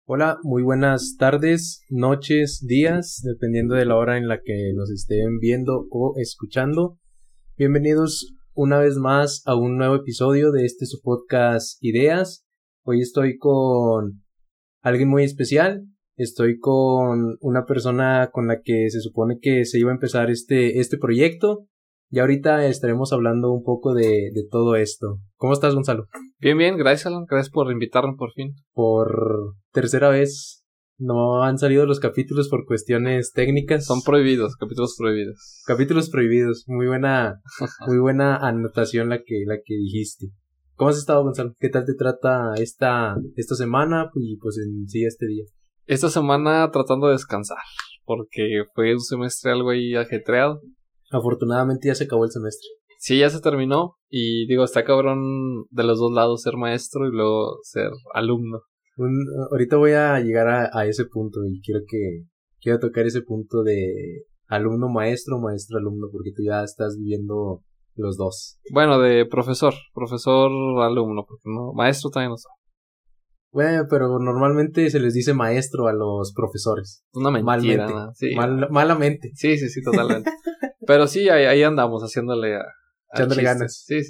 Hola, muy buenas tardes, noches, días, dependiendo de la hora en la que nos estén viendo o escuchando. Bienvenidos una vez más a un nuevo episodio de su podcast Ideas. Hoy estoy con alguien muy especial. Estoy con una persona con la que se supone que se iba a empezar este proyecto. Y ahorita estaremos hablando un poco de todo esto. ¿Cómo estás, Gonzalo? Bien, gracias, Alan. Gracias por invitarme por fin. Por tercera vez no han salido los capítulos por cuestiones técnicas. Son prohibidos, capítulos prohibidos. Capítulos prohibidos. Muy buena anotación la que dijiste. ¿Cómo has estado, Gonzalo? ¿Qué tal te trata esta semana y pues en sí este día? Esta semana tratando de descansar, porque fue un semestre algo ahí ajetreado. Afortunadamente ya se acabó el semestre. Sí, ya se terminó y digo, está cabrón de los dos lados ser maestro y luego ser alumno. Ahorita voy a llegar a ese punto y quiero tocar ese punto de alumno maestro, maestro alumno, porque tú ya estás viviendo los dos. Bueno, de profesor alumno, porque no, maestro también no soy. Bueno, pero normalmente se les dice maestro a los profesores. Una mentira, malmente, ¿no? Sí, malamente. Sí, totalmente. Pero sí, ahí andamos haciéndole echándole ganas. Sí.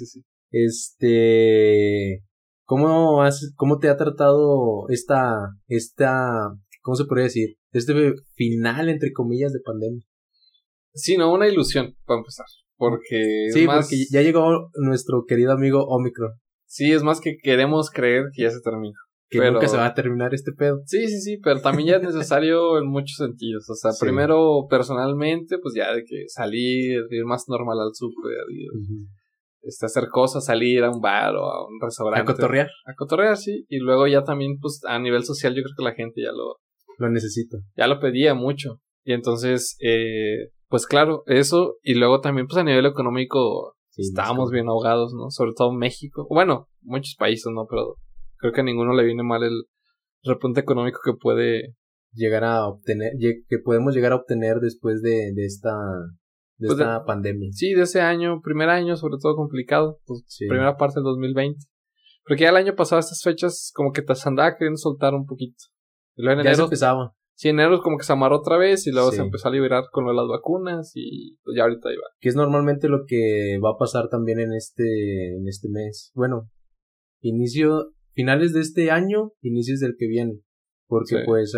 ¿Cómo te ha tratado esta, ¿cómo se podría decir? Este final, entre comillas, de pandemia. Sí, no, una ilusión, para empezar. Porque sí, porque ya llegó nuestro querido amigo Omicron. Sí, es más que queremos creer que ya se termina. Pero nunca se va a terminar este pedo. Sí, pero también ya es necesario en muchos sentidos. O sea, primero, personalmente, pues ya de que salir, ir más normal al súper, hacer cosas, salir a un bar o a un restaurante. A cotorrear, sí. Y luego ya también, pues, a nivel social, yo creo que la gente ya lo necesita. Ya lo pedía mucho. Y entonces, pues claro, eso. Y luego también, pues, a nivel económico, estábamos bien ahogados, ¿no? Sobre todo México. Bueno, muchos países, ¿no? Pero creo que a ninguno le viene mal el repunte económico que puede llegar a obtener, que podemos llegar a obtener después de esta pandemia. Sí, de ese año, primer año, sobre todo complicado, pues primera parte del 2020. Porque ya el año pasado, estas fechas, como que te andaba queriendo soltar un poquito. Y luego en enero, ya se empezaba. Sí, enero como que se amarró otra vez y luego se empezó a liberar con las vacunas y pues ya ahorita iba. Que es normalmente lo que va a pasar también en este mes. Bueno, finales de este año, inicios del que viene. Porque pues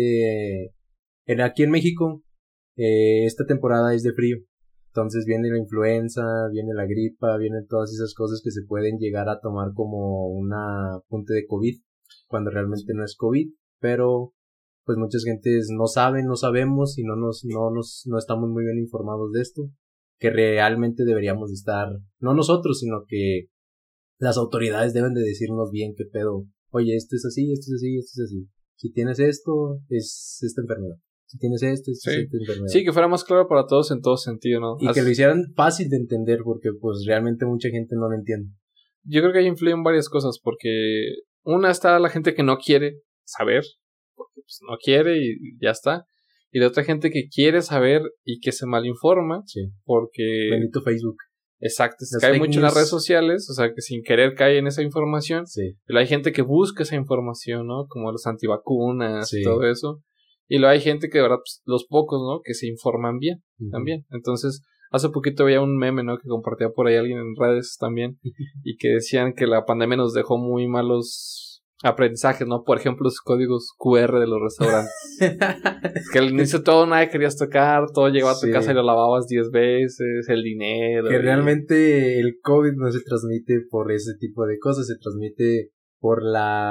aquí en México, esta temporada es de frío. Entonces viene la influenza, viene la gripa, vienen todas esas cosas que se pueden llegar a tomar como una apunte de COVID, cuando realmente no es COVID, pero pues muchas gentes no sabemos y no estamos muy bien informados de esto, que realmente deberíamos de estar, no nosotros, sino que las autoridades deben de decirnos bien qué pedo. Oye, esto es así, esto es así, esto es así. Si tienes esto, es esta enfermedad. Si tienes esto, es esta enfermedad. Sí, que fuera más claro para todos en todo sentido, ¿no? Y que lo hicieran fácil de entender, porque pues realmente mucha gente no lo entiende. Yo creo que ahí influyen varias cosas, porque una está la gente que no quiere saber, porque pues no quiere y ya está. Y la otra gente que quiere saber y que se malinforma, porque... Bendito Facebook. Exacto, cae mucho en las redes sociales, o sea, que sin querer cae en esa información. Pero hay gente que busca esa información, ¿no? Como los antivacunas y todo eso. Y luego hay gente que de verdad, pues, los pocos, ¿no? Que se informan bien, también. Entonces, hace poquito veía un meme, ¿no? Que compartía por ahí alguien en redes también. Y que decían que la pandemia nos dejó muy malos aprendizajes, ¿no? Por ejemplo, los códigos QR de los restaurantes. Que al inicio todo nadie querías tocar, todo llegaba a tu casa y lo lavabas 10 veces, el dinero. Que realmente el COVID no se transmite por ese tipo de cosas, se transmite por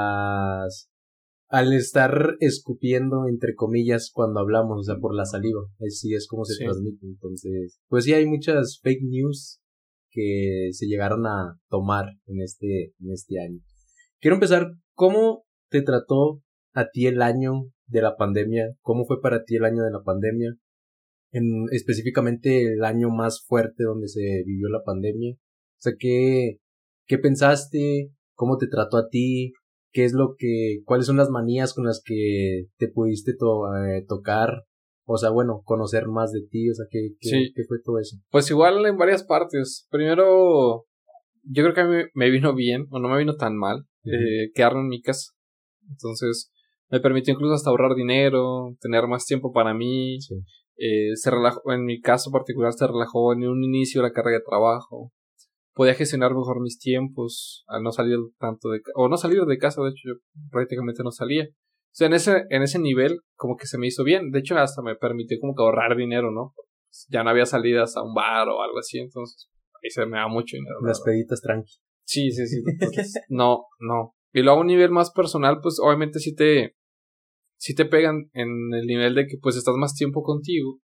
al estar escupiendo, entre comillas, cuando hablamos, o sea, por la saliva. Así es como se transmite. Entonces, pues sí, hay muchas fake news que se llegaron a tomar en este año. Quiero empezar, ¿cómo te trató a ti el año de la pandemia? ¿Cómo fue para ti el año de la pandemia? Específicamente el año más fuerte donde se vivió la pandemia. O sea, ¿qué pensaste? ¿Cómo te trató a ti? ¿Cuáles son las manías con las que te pudiste tocar? O sea, bueno, conocer más de ti, o sea, ¿qué fue todo eso? Pues igual en varias partes. Primero, yo creo que a mí me vino bien, o no me vino tan mal, quedarme en mi casa. Entonces, Me permitió incluso hasta ahorrar dinero, tener más tiempo para mí. Sí. Se relajó, en mi caso particular, se relajó en un inicio la carga de trabajo. Podía gestionar mejor mis tiempos al no salir tanto o no salir de casa. De hecho, yo prácticamente no salía. O sea, en ese nivel como que se me hizo bien. De hecho, hasta me permitió como que ahorrar dinero, ¿no? Ya no había salidas a un bar o algo así, entonces ahí se me da mucho dinero. Las peditas tranqui. Sí. Entonces, no. Y luego a un nivel más personal, pues obviamente sí te pegan en el nivel de que pues estás más tiempo contigo.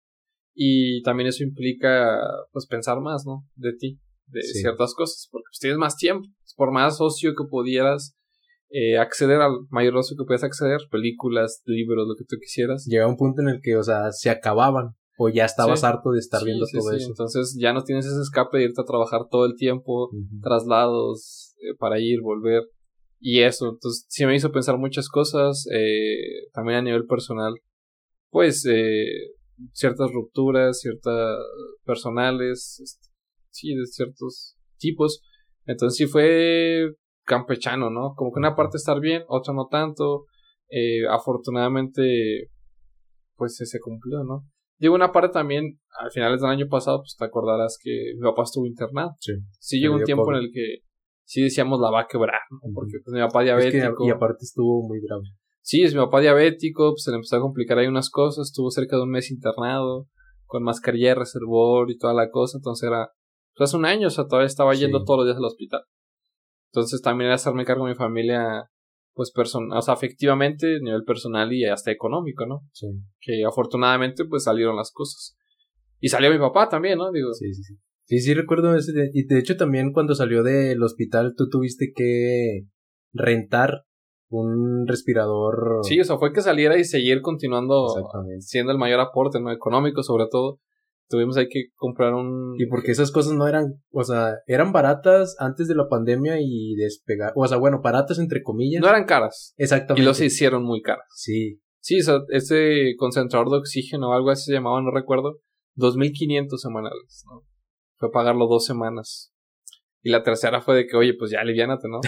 Y también eso implica pues pensar más, ¿no? De ti, de ciertas cosas, porque pues tienes más tiempo. Por más ocio que pudieras acceder, al mayor ocio que puedas acceder, películas, libros, lo que tú quisieras. Llega un punto en el que, o sea, se acababan, o ya estabas harto de estar viendo todo eso. Entonces ya no tienes ese escape de irte a trabajar todo el tiempo, traslados para ir, volver, y eso. Entonces sí me hizo pensar muchas cosas, también a nivel personal, pues ciertas rupturas, ciertas personales, sí, de ciertos tipos. Entonces sí fue campechano, ¿no? Como que una parte estar bien, otra no tanto. Afortunadamente, pues se cumplió, ¿no? Digo, una parte también, a finales del año pasado, pues te acordarás que mi papá estuvo internado. Sí llegó un tiempo en el que sí decíamos la va a quebrar, ¿no? Porque pues mi papá diabético. Y aparte estuvo muy grave. Sí, es mi papá diabético, pues se le empezó a complicar ahí unas cosas, estuvo cerca de un mes internado, con mascarilla de reservor y toda la cosa, entonces era, pues hace un año, o sea, todavía estaba yendo todos los días al hospital. Entonces también era hacerme cargo de mi familia, pues o sea, afectivamente, a nivel personal y hasta económico, ¿no? Sí. Que afortunadamente, pues salieron las cosas. Y salió mi papá también, ¿no? Digo. Sí, recuerdo ese. Y de hecho también cuando salió del hospital tú tuviste que rentar un respirador. Sí, o sea, fue que saliera y seguir continuando siendo el mayor aporte, ¿no? Económico, sobre todo. Tuvimos ahí que comprar un... Y porque esas cosas no eran, o sea, eran baratas antes de la pandemia y despegar, o sea, bueno, baratas entre comillas. No eran caras. Exactamente. Y los se hicieron muy caras. Sí. Sí, o sea, ese concentrador de oxígeno o algo así se llamaba, no recuerdo, 2,500 semanales, ¿no? Fue pagarlo 2 semanas. Y la tercera fue de que, oye, pues ya aliviánate, ¿no?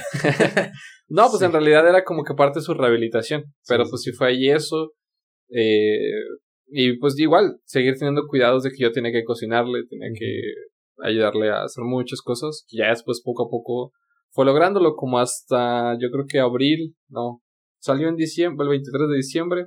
No, pues en realidad era como que parte de su rehabilitación. Pero pues sí fue ahí eso. Y pues igual, seguir teniendo cuidados de que yo tenía que cocinarle, tenía que ayudarle a hacer muchas cosas. Que ya después poco a poco fue lográndolo, como hasta yo creo que abril, no. Salió en diciembre, el 23 de diciembre.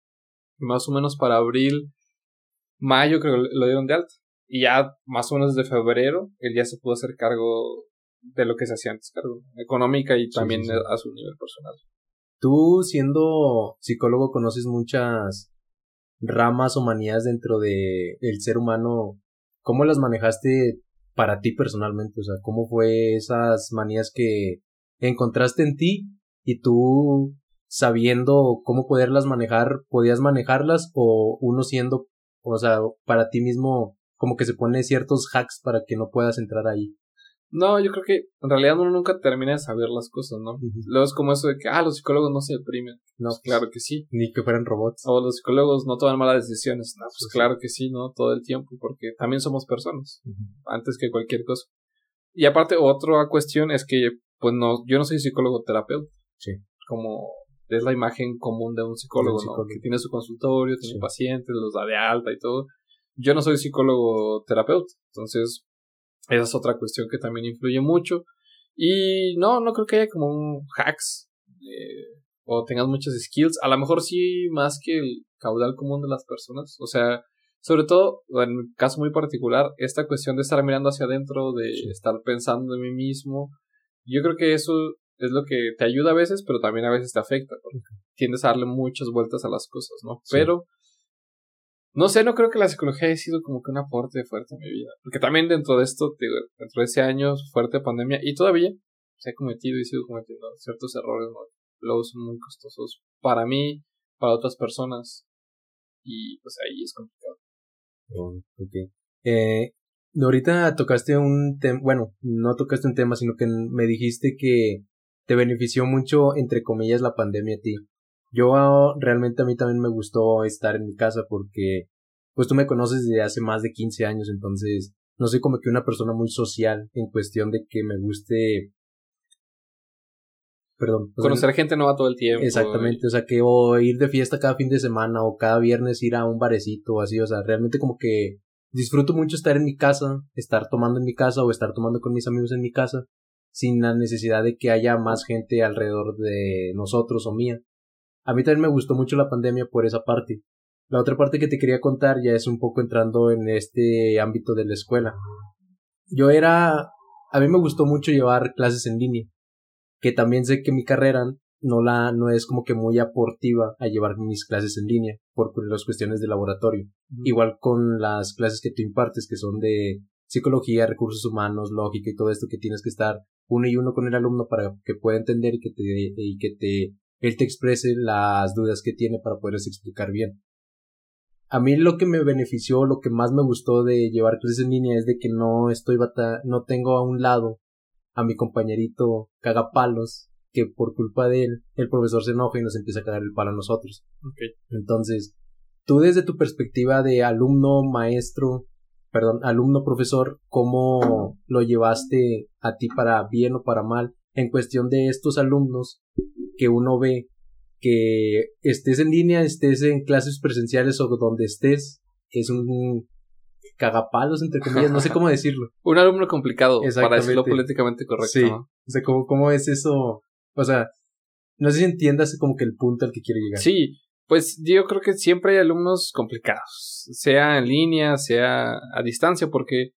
Y más o menos para abril, mayo creo que lo dieron de alta. Y ya más o menos desde febrero, él ya se pudo hacer cargo de lo que se hacía antes, cargo económica y también a su nivel personal. Tú, siendo psicólogo, conoces muchas ramas o manías dentro de el ser humano. ¿Cómo las manejaste para ti personalmente? O sea, ¿cómo fue esas manías que encontraste en ti y tú, sabiendo cómo poderlas manejar, podías manejarlas, o uno siendo, o sea, para ti mismo, como que se pone ciertos hacks para que no puedas entrar ahí? No, yo creo que en realidad uno nunca termina de saber las cosas, ¿no? Luego es como eso de que, los psicólogos no se deprimen. No, pues claro que sí. Ni que fueran robots. O los psicólogos no toman malas decisiones. No, pues claro que sí, ¿no? Todo el tiempo, porque también somos personas, antes que cualquier cosa. Y aparte, otra cuestión es que, pues no, yo no soy psicólogo terapeuta. Sí. Como es la imagen común de un psicólogo, ¿no? Que tiene su consultorio, tiene pacientes, los da de alta y todo. Yo no soy psicólogo terapeuta, entonces esa es otra cuestión que también influye mucho. Y no creo que haya como un hacks o tengas muchas skills. A lo mejor sí, más que el caudal común de las personas. O sea, sobre todo, en mi caso muy particular, esta cuestión de estar mirando hacia adentro, de estar pensando en mí mismo. Yo creo que eso es lo que te ayuda a veces, pero también a veces te afecta, porque tiendes a darle muchas vueltas a las cosas, ¿no? Sí. Pero no sé, no creo que la psicología haya sido como que un aporte fuerte en mi vida. Porque también dentro de esto, dentro de ese año fuerte de pandemia, y todavía se ha cometido y sigo cometiendo ciertos errores, ¿no? Luego son muy costosos para mí, para otras personas, y pues ahí es complicado. Ok. Ahorita tocaste un tema, bueno, no tocaste un tema, sino que me dijiste que te benefició mucho, entre comillas, la pandemia a ti. Yo realmente, a mí también me gustó estar en mi casa porque pues tú me conoces desde hace más de 15 años, entonces no soy como que una persona muy social en cuestión de que me guste perdón. Conocer gente nueva todo el tiempo. Exactamente, o sea, que o ir de fiesta cada fin de semana o cada viernes ir a un barecito o así, o sea, realmente como que disfruto mucho estar en mi casa, estar tomando en mi casa o estar tomando con mis amigos en mi casa, sin la necesidad de que haya más gente alrededor de nosotros o mía. A mí también me gustó mucho la pandemia por esa parte. La otra parte que te quería contar ya es un poco entrando en este ámbito de la escuela. A mí me gustó mucho llevar clases en línea, que también sé que mi carrera no es como que muy aportiva a llevar mis clases en línea por las cuestiones de laboratorio. Igual con las clases que tú impartes, que son de psicología, recursos humanos, lógica y todo esto, que tienes que estar uno y uno con el alumno para que pueda entender y que él te exprese las dudas que tiene para poderles explicar bien. A mí lo que me benefició, lo que más me gustó de llevar clases en línea es de que no tengo a un lado a mi compañerito cagapalos, que por culpa de él, el profesor se enoja y nos empieza a cagar el palo a nosotros. Okay. Entonces, tú desde tu perspectiva de alumno-profesor, ¿cómo lo llevaste a ti para bien o para mal en cuestión de estos alumnos que uno ve que estés en línea, estés en clases presenciales o donde estés, es un cagapalos, entre comillas, no sé cómo decirlo. Un alumno complicado, para decirlo políticamente correcto. Sí, ¿no? o sea, ¿cómo es eso? O sea, no sé si entiendas como que el punto al que quiero llegar. Sí, pues yo creo que siempre hay alumnos complicados, sea en línea, sea a distancia, porque,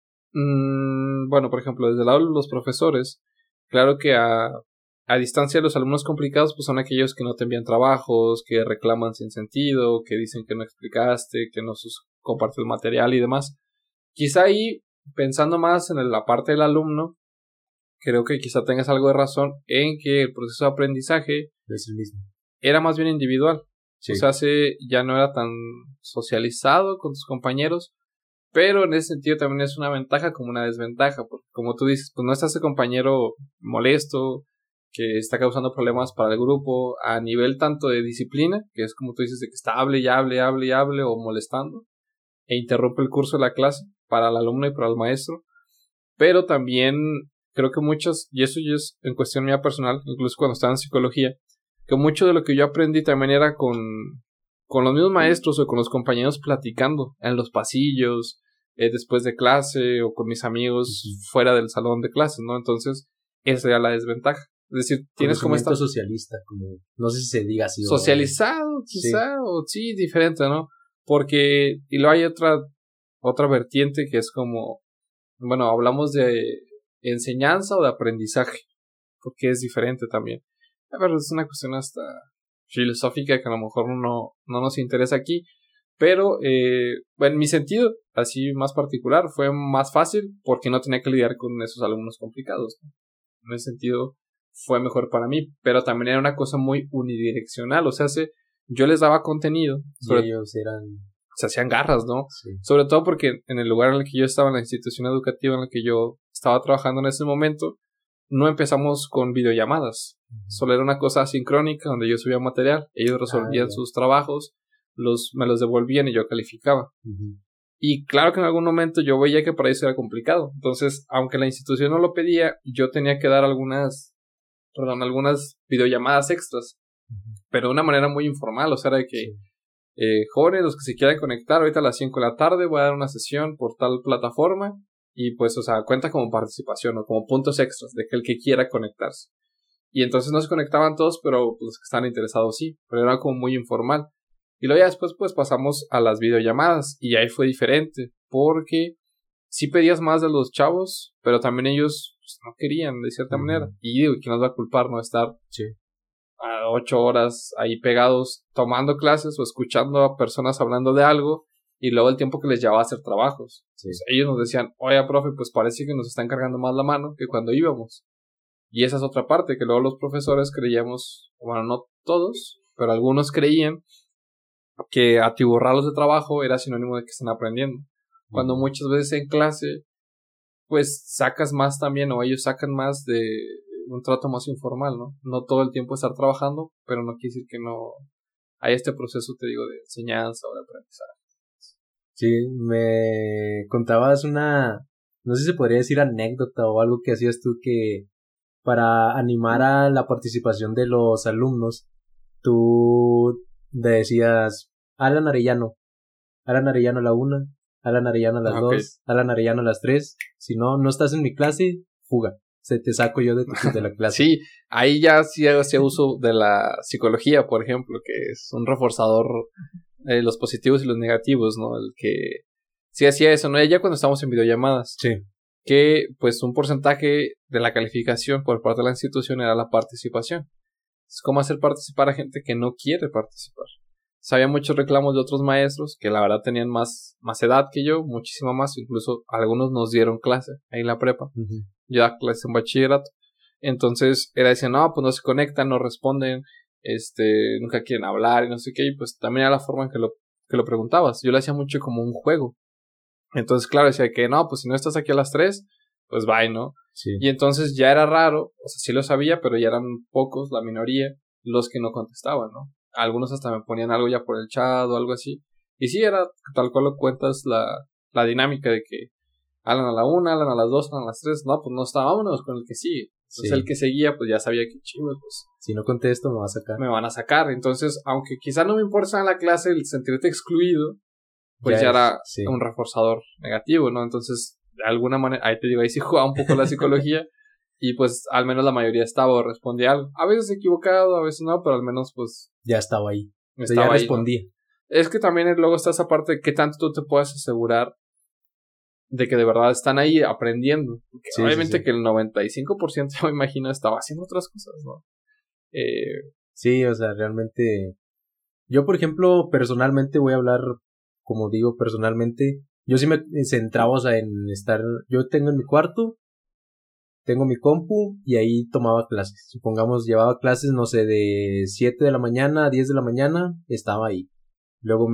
bueno, por ejemplo, desde el lado de los profesores, claro que a distancia los alumnos complicados pues son aquellos que no te envían trabajos, que reclaman sin sentido, que dicen que no explicaste, que no compartes el material y demás. Quizá ahí, pensando más en la parte del alumno, creo que quizá tengas algo de razón en que el proceso de aprendizaje es el mismo. Era más bien individual. Sí. O sea, ya no era tan socializado con tus compañeros, pero en ese sentido también es una ventaja como una desventaja, porque como tú dices, pues no está ese compañero molesto, que está causando problemas para el grupo a nivel tanto de disciplina, que es como tú dices, de que está hable y hable o molestando, e interrumpe el curso de la clase para el alumno y para el maestro, pero también creo que muchos, y eso ya es en cuestión mía personal, incluso cuando estaba en psicología, que mucho de lo que yo aprendí también era con los mismos maestros o con los compañeros platicando en los pasillos, después de clase o con mis amigos fuera del salón de clases, ¿no? Entonces, esa era la desventaja. Es decir, tienes como esta... socialista, como, no sé si se diga así. Socializado, quizá, o sí, diferente, ¿no? Porque, y luego hay otra vertiente que es como, bueno, hablamos de enseñanza o de aprendizaje, porque es diferente también. A ver, es una cuestión hasta filosófica que a lo mejor no nos interesa aquí, pero en mi sentido, así más particular, fue más fácil porque no tenía que lidiar con esos alumnos complicados, ¿no? En ese sentido fue mejor para mí, pero también era una cosa muy unidireccional, o sea, yo les daba contenido y ellos se hacían garras, ¿no? Sí. Sobre todo porque en el lugar en el que yo estaba, en la institución educativa en la que yo estaba trabajando en ese momento, no empezamos con videollamadas. Solo era una cosa asincrónica donde yo subía material, ellos resolvían sus trabajos, me los devolvían y yo calificaba. Y claro que en algún momento yo veía que para eso era complicado. Entonces, aunque la institución no lo pedía, yo tenía que dar algunas videollamadas extras, pero de una manera muy informal, o sea, era de que jóvenes, los que se quieran conectar ahorita a las 5 de la tarde, voy a dar una sesión por tal plataforma. Y pues, o sea, cuenta como participación o como puntos extras de que el que quiera conectarse. Y entonces no se conectaban todos, pero los que estaban interesados sí. Pero era como muy informal. Y luego ya después pues pasamos a las videollamadas. Y ahí fue diferente. Porque sí pedías más de los chavos, pero también ellos pues, no querían de cierta manera. Y digo, ¿quién nos va a culpar no estar a 8 horas ahí pegados tomando clases o escuchando a personas hablando de algo? Y luego el tiempo que les llevaba a hacer trabajos. Pues ellos nos decían, oye, profe, pues parece que nos están cargando más la mano que cuando íbamos. Y esa es otra parte, que luego los profesores creíamos, bueno, no todos, pero algunos creían que atiborrarlos de trabajo era sinónimo de que están aprendiendo. Cuando muchas veces en clase, pues sacas más también, o ellos sacan más de un trato más informal, ¿no? No todo el tiempo estar trabajando, pero no quiere decir que no hay este proceso, te digo, de enseñanza o de aprendizaje. Sí, me contabas no sé si se podría decir anécdota o algo que hacías tú que para animar a la participación de los alumnos, tú decías Alan Arellano a la 1, Alan Arellano a las 2, Alan Arellano a las 3. Si no estás en mi clase, fuga. Se te saco yo de la clase. Sí, ahí ya sí hacía uso de la psicología, por ejemplo, que es un reforzador, los positivos y los negativos, ¿no? El que sí hacía eso, ¿no? Ya cuando estamos en videollamadas. Sí. Que pues un porcentaje de la calificación por parte de la institución era la participación. Es como hacer participar a gente que no quiere participar. Había muchos reclamos de otros maestros que la verdad tenían más edad que yo, muchísima más, incluso algunos nos dieron clase ahí en la prepa. Uh-huh. Yo daba clases en bachillerato. Entonces era decir, no, pues no se conectan, no responden, nunca quieren hablar y no sé qué, y pues también era la forma en que lo preguntabas. Yo lo hacía mucho como un juego. Entonces, claro, decía que no, pues si no estás aquí a las 3, pues bye, ¿no? Sí. Y entonces ya era raro, o sea, sí lo sabía, pero ya eran pocos, la minoría, los que no contestaban, ¿no? Algunos hasta me ponían algo ya por el chat o algo así. Y sí, era tal cual lo cuentas la dinámica de que Alan a la 1, Alan a las 2, Alan a las 3. No, pues no estábamos con el que sigue. Entonces el que seguía, pues ya sabía que chido, pues si no contesto me va a sacar. Me van a sacar. Entonces, aunque quizá no me importa en la clase el sentirte excluido, pues ya era un reforzador negativo, ¿no? Entonces, de alguna manera, ahí te digo, ahí sí jugaba un poco la psicología. Y pues al menos la mayoría estaba o respondía algo. A veces equivocado, a veces no, pero al menos pues ya estaba ahí. Ya respondía. ¿No? Es que también luego está esa parte de que tanto tú te puedes asegurar de que de verdad están ahí aprendiendo. Porque obviamente que el 95% yo me imagino estaba haciendo otras cosas, ¿no? Sí, o sea, realmente yo, por ejemplo, personalmente voy a hablar, como digo, personalmente, yo sí me centraba, o sea, en estar, yo tengo en mi cuarto, tengo mi compu y ahí tomaba clases. Supongamos, llevaba clases, no sé, de 7 de la mañana a 10 de la mañana, estaba ahí. Luego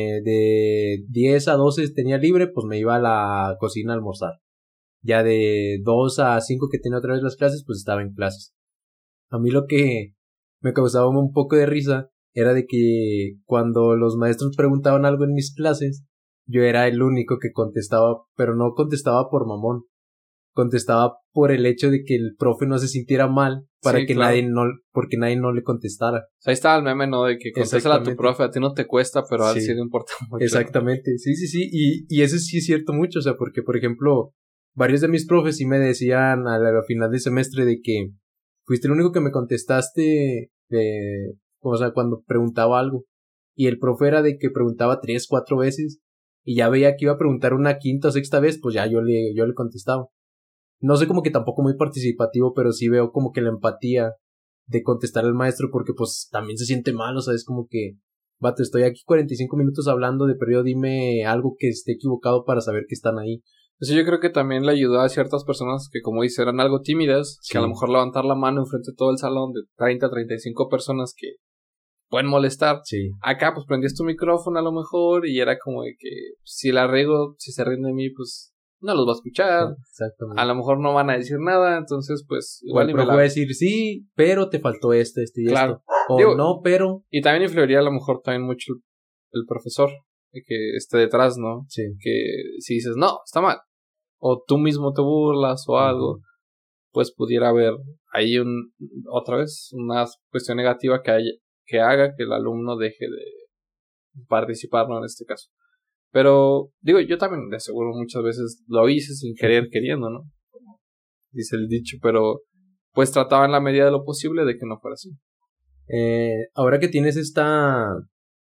de 10 a 12 tenía libre, pues me iba a la cocina a almorzar. Ya de 2 a 5 que tenía otra vez las clases, pues estaba en clases. A mí lo que me causaba un poco de risa era de que cuando los maestros preguntaban algo en mis clases, yo era el único que contestaba, pero no contestaba por mamón. Contestaba por el hecho de que el profe no se sintiera mal para que porque nadie no le contestara. O sea, ahí estaba el meme, ¿no? De que contéstale a tu profe, a ti no te cuesta, pero a él sí le importa mucho. Exactamente, ¿no? Sí. Y eso sí es cierto mucho, o sea, porque, por ejemplo, varios de mis profes sí me decían al final del semestre de que fuiste el único que me contestaste, o sea, cuando preguntaba algo. Y el profe era de que preguntaba 3, 4 veces, y ya veía que iba a preguntar una quinta o sexta vez, pues ya yo le contestaba. No sé, como que tampoco muy participativo, pero sí veo como que la empatía de contestar al maestro, porque pues también se siente mal, o sea, es como que, vato, estoy aquí 45 minutos hablando, de periodo dime algo que esté equivocado para saber que están ahí. Entonces yo creo que también le ayudó a ciertas personas que, como dice, eran algo tímidas, que a lo mejor levantar la mano enfrente de todo el salón de 30, 35 personas que pueden molestar. Sí. Acá pues prendías tu micrófono a lo mejor y era como de que si la riego, si se ríen de mí, pues no los va a escuchar. Exactamente. A lo mejor no van a decir nada, entonces pues igual el profe va a decir sí, pero te faltó esto y claro. esto. O digo, no, pero. Y también influiría a lo mejor también mucho el profesor que esté detrás, ¿no? Sí. Que si dices, no, está mal, o tú mismo te burlas o algo, pues pudiera haber ahí otra vez una cuestión negativa que haga que el alumno deje de participar, ¿no? En este caso. Pero, digo, yo también de seguro muchas veces lo hice sin querer queriendo, ¿no? Como dice el dicho, pero pues trataba en la medida de lo posible de que no fuera así. Ahora que tienes esta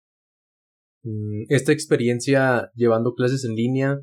experiencia llevando clases en línea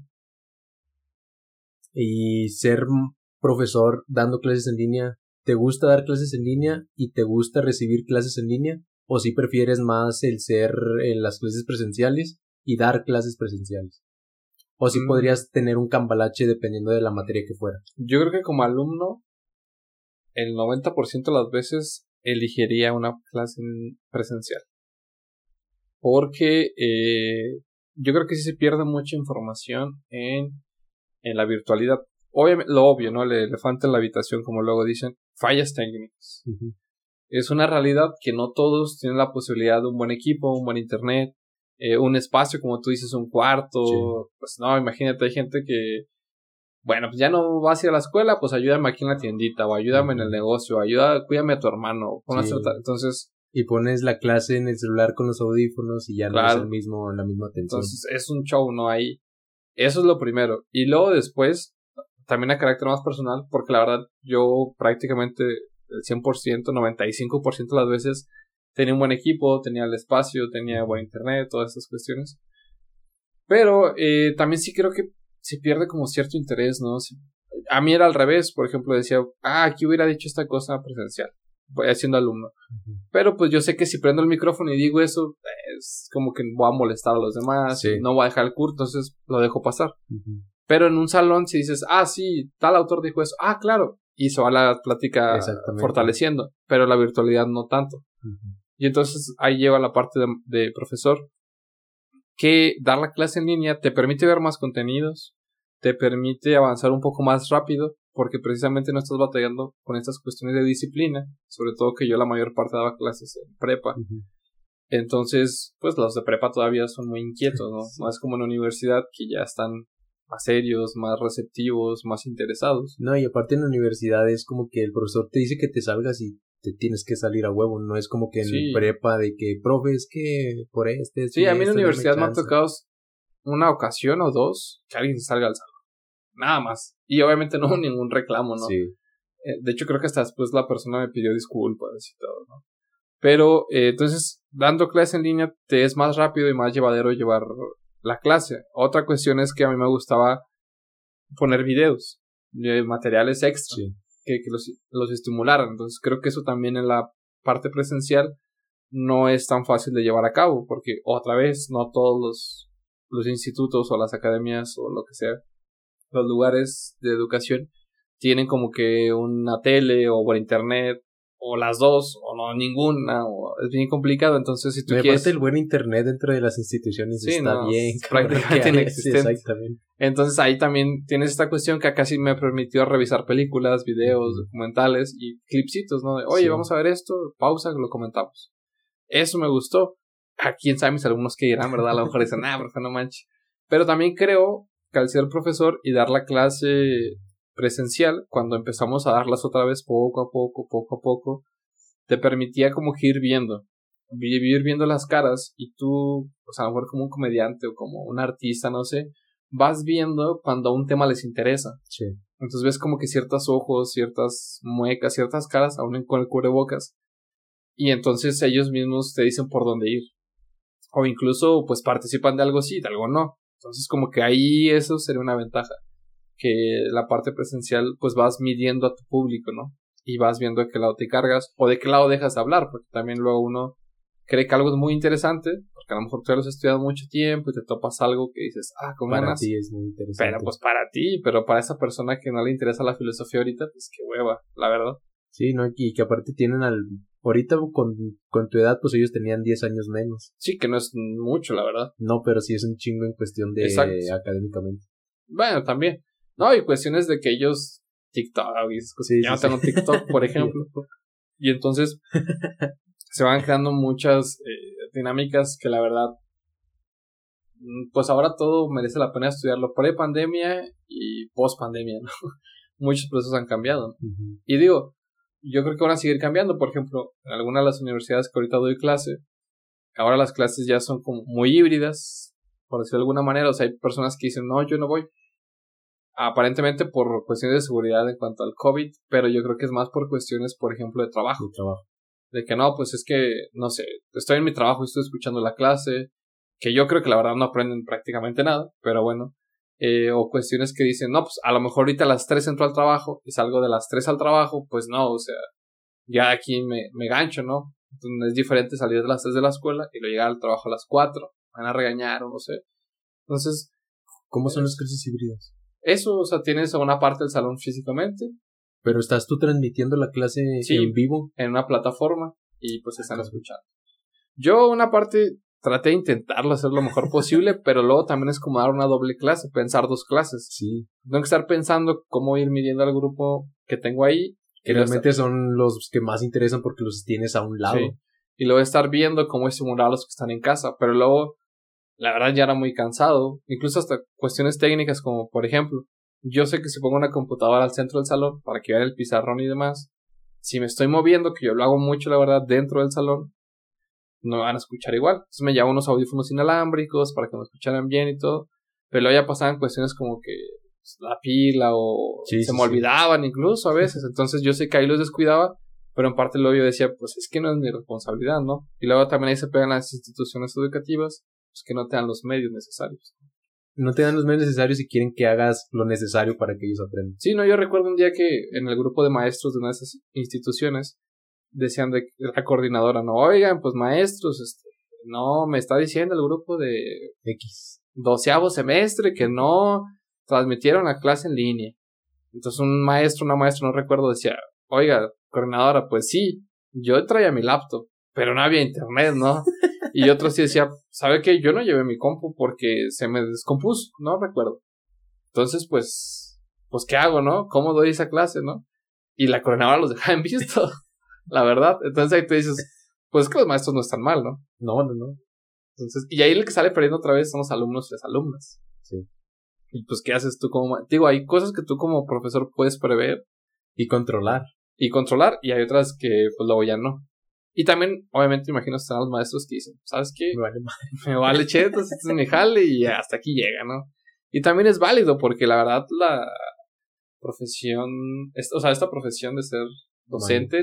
y ser profesor dando clases en línea, ¿te gusta dar clases en línea y te gusta recibir clases en línea? ¿O si prefieres más el ser en las clases presenciales y dar clases presenciales? ¿O si podrías tener un cambalache dependiendo de la materia que fuera? Yo creo que como alumno, el 90% de las veces elegiría una clase presencial. Porque yo creo que sí se pierde mucha información en la virtualidad. Obviamente, lo obvio, ¿no? El elefante en la habitación, como luego dicen, fallas técnicas. Uh-huh. Es una realidad que no todos tienen la posibilidad de un buen equipo, un buen internet, un espacio, como tú dices, un cuarto. Sí. Pues no, imagínate, hay gente que bueno, pues ya no vas a ir a la escuela, pues ayúdame aquí en la tiendita, o ayúdame en el negocio, cuídame a tu hermano. Entonces... Y pones la clase en el celular con los audífonos y ya no es la misma atención. Entonces es un show, ¿no? Ahí. Eso es lo primero. Y luego después, también a carácter más personal, porque la verdad yo prácticamente el 100%, 95% de las veces tenía un buen equipo, tenía el espacio, tenía buen internet, todas esas cuestiones. Pero también sí creo que se pierde como cierto interés, ¿no? A mí era al revés, por ejemplo, decía, aquí hubiera dicho esta cosa presencial, voy siendo alumno. Pero pues yo sé que si prendo el micrófono y digo eso, es como que voy a molestar a los demás, no voy a dejar el curso, entonces lo dejo pasar. Pero en un salón si dices, sí, tal autor dijo eso, claro, y se va la plática fortaleciendo, pero la virtualidad no tanto. Y entonces ahí lleva la parte de profesor, que dar la clase en línea te permite ver más contenidos, te permite avanzar un poco más rápido, porque precisamente no estás batallando con estas cuestiones de disciplina, sobre todo que yo la mayor parte daba clases en prepa. Entonces, pues los de prepa todavía son muy inquietos, ¿no? Más como en la universidad, que ya están más serios, más receptivos, más interesados. No, y aparte en la universidad es como que el profesor te dice que te salgas y te tienes que salir a huevo, no es como que en prepa de que, profe, es que por Sí, a mí en la universidad me ha tocado una ocasión o dos que alguien salga al salón. Nada más. Y obviamente no hubo ningún reclamo, ¿no? Sí. De hecho, creo que hasta después la persona me pidió disculpas y todo, ¿no? Pero, entonces, dando clase en línea te es más rápido y más llevadero llevar la clase. Otra cuestión es que a mí me gustaba poner videos, materiales extra, que los estimularan. Entonces, creo que eso también en la parte presencial no es tan fácil de llevar a cabo, porque otra vez, no todos los institutos o las academias o lo que sea, los lugares de educación tienen como que una tele o por internet o las dos o no ninguna, o es bien complicado. Entonces si tú quieres, aparte el buen internet dentro de las instituciones está bien prácticamente inexistente. Exactamente. Entonces ahí también tienes esta cuestión que acá sí me permitió revisar películas, videos, documentales y clipsitos, ¿no? Oye, vamos a ver esto, pausa, lo comentamos. Eso me gustó. A quién sabe mis alumnos que dirán, ¿verdad? A lo mejor dicen, profe, no manches. Pero también creo que al ser profesor y dar la clase presencial, cuando empezamos a darlas otra vez poco a poco, te permitía como que ir viendo las caras, y tú, a lo mejor como un comediante o como un artista, no sé, vas viendo cuando a un tema les interesa. Sí. Entonces ves como que ciertos ojos, ciertas muecas, ciertas caras, aún con el cubrebocas, y entonces ellos mismos te dicen por dónde ir. O incluso pues participan de algo sí, de algo no. Entonces como que ahí eso sería una ventaja, que la parte presencial pues vas midiendo a tu público, ¿no? Y vas viendo de qué lado te cargas o de qué lado dejas de hablar, porque también luego uno cree que algo es muy interesante, porque a lo mejor tú ya lo has estudiado mucho tiempo y te topas algo que dices, ¿cómo para ganas? ti es muy interesante. Pero pues para ti, pero para esa persona que no le interesa la filosofía ahorita, pues qué hueva, la verdad. Sí, ¿no? Y que aparte tienen ahorita con tu edad, pues ellos tenían 10 años menos. Sí, que no es mucho, la verdad. No, pero sí es un chingo en cuestión de académicamente. Bueno, también. No, y cuestiones de que ellos TikTok y esas cosas. Yo no tengo TikTok, por ejemplo. Y entonces se van creando muchas dinámicas que la verdad, pues ahora todo merece la pena estudiarlo pre-pandemia y post-pandemia, ¿no? Muchos procesos han cambiado, ¿no? Y digo, yo creo que van a seguir cambiando. Por ejemplo, en algunas de las universidades que ahorita doy clase, ahora las clases ya son como muy híbridas, por decirlo de alguna manera. O sea, hay personas que dicen, no, yo no voy. Aparentemente por cuestiones de seguridad en cuanto al COVID, pero yo creo que es más por cuestiones, por ejemplo, de trabajo. De que no, pues es que, no sé, estoy en mi trabajo y estoy escuchando la clase, que yo creo que la verdad no aprenden prácticamente nada, pero bueno. O cuestiones que dicen, no, pues a lo mejor ahorita a las 3 entro al trabajo y salgo de las 3 al trabajo, pues no, o sea, ya aquí me gancho, ¿no? Entonces es diferente salir de las 3 de la escuela y luego llegar al trabajo a las 4, van a regañar o no sé. Entonces, ¿cómo son las clases híbridas? Eso, o sea, tienes a una parte del salón físicamente. Pero estás tú transmitiendo la clase en vivo. En una plataforma y pues están escuchando. Yo una parte traté de intentarlo hacer lo mejor posible, pero luego también es como dar una doble clase, pensar 2 clases. Sí. Tengo que estar pensando cómo ir midiendo al grupo que tengo ahí. Que realmente son los que más interesan porque los tienes a un lado. Sí. Y luego estar viendo cómo estimular a los que están en casa, pero luego la verdad ya era muy cansado, incluso hasta cuestiones técnicas como por ejemplo, yo sé que si pongo una computadora al centro del salón para que vean el pizarrón y demás, si me estoy moviendo, que yo lo hago mucho, la verdad, dentro del salón, no me van a escuchar igual. Entonces me llevo unos audífonos inalámbricos para que me escucharan bien y todo. Pero luego ya pasaban cuestiones como que la pila o se me olvidaban incluso a veces. Entonces yo sé que ahí los descuidaba, pero en parte luego yo decía, pues es que no es mi responsabilidad, ¿no? Y luego también ahí se pegan las instituciones educativas, pues que no te dan los medios necesarios. No te dan los medios necesarios y quieren que hagas lo necesario para que ellos aprendan. Sí, no, yo recuerdo un día que en el grupo de maestros de una de esas instituciones decían de la coordinadora, no, oigan, pues maestros, no, me está diciendo el grupo de X 12º semestre que no transmitieron la clase en línea. Entonces una maestra, no recuerdo, decía, oiga, coordinadora, pues sí, yo traía mi laptop, pero no había internet, ¿no? Y otro sí decía, ¿sabe qué? Yo no llevé mi compu porque se me descompuso, no recuerdo. Entonces, pues, ¿qué hago, no? ¿Cómo doy esa clase, no? Y la coordinadora los dejaba en visto, la verdad. Entonces ahí te dices, pues es que los maestros no están mal, ¿no? No. Entonces, y ahí el que sale perdiendo otra vez son los alumnos y las alumnas. Sí. Y pues, ¿qué haces tú como... Digo, hay cosas que tú como profesor puedes prever. Y controlar. Y hay otras que, pues, luego ya no. Y también, obviamente, imagino están los maestros que dicen, ¿sabes qué? Me vale chetos, este es mi jale y hasta aquí llega, ¿no? Y también es válido porque la verdad la profesión, o sea, esta profesión de ser docente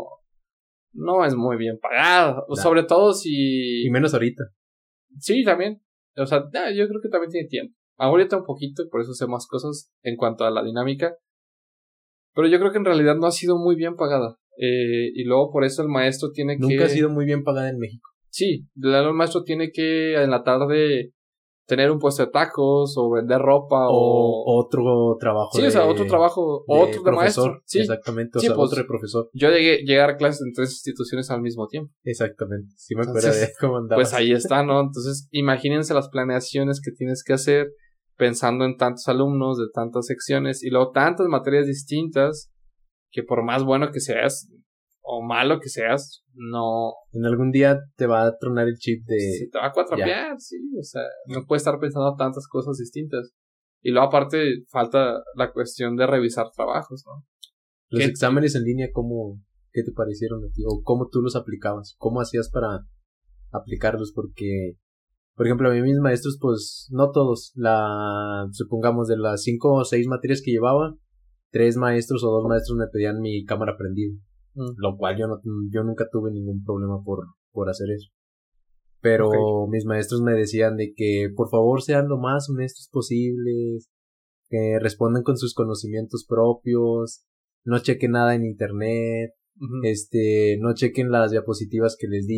no es muy bien pagada. Nah. Sobre todo si... Y menos ahorita. Sí, también. O sea, yo creo que también tiene tiempo. Ahorita un poquito y por eso sé más cosas en cuanto a la dinámica. Pero yo creo que en realidad no ha sido muy bien pagada. Y luego por eso el maestro tiene Nunca ha sido muy bien pagada en México. Sí, el maestro tiene que en la tarde tener un puesto de tacos o vender ropa o otro trabajo. Sí, o sea, otro trabajo, otro de maestro. Sí, exactamente, o sea, pues, otro de profesor. Yo llegar a clases en 3 instituciones al mismo tiempo. Exactamente, sí me acuerdo de cómo andabas. Pues ahí está, ¿no? Entonces, imagínense las planeaciones que tienes que hacer pensando en tantos alumnos de tantas secciones y luego tantas materias distintas que por más bueno que seas o malo que seas, no... En algún día te va a tronar el chip de... Se te va a cuatrapear, sí, o sea, no puedes estar pensando tantas cosas distintas. Y luego aparte falta la cuestión de revisar trabajos, ¿no? Los exámenes en línea, ¿qué te parecieron a ti? ¿O cómo tú los aplicabas? ¿Cómo hacías para aplicarlos? Porque, por ejemplo, a mí mis maestros, pues, no todos, supongamos de las 5 o 6 materias que llevaba, 3 maestros o 2 maestros me pedían mi cámara prendida. Lo cual yo nunca tuve ningún problema por hacer eso. Pero mis maestros me decían de que por favor sean lo más honestos posibles, que respondan con sus conocimientos propios, no chequen nada en internet, no chequen las diapositivas que les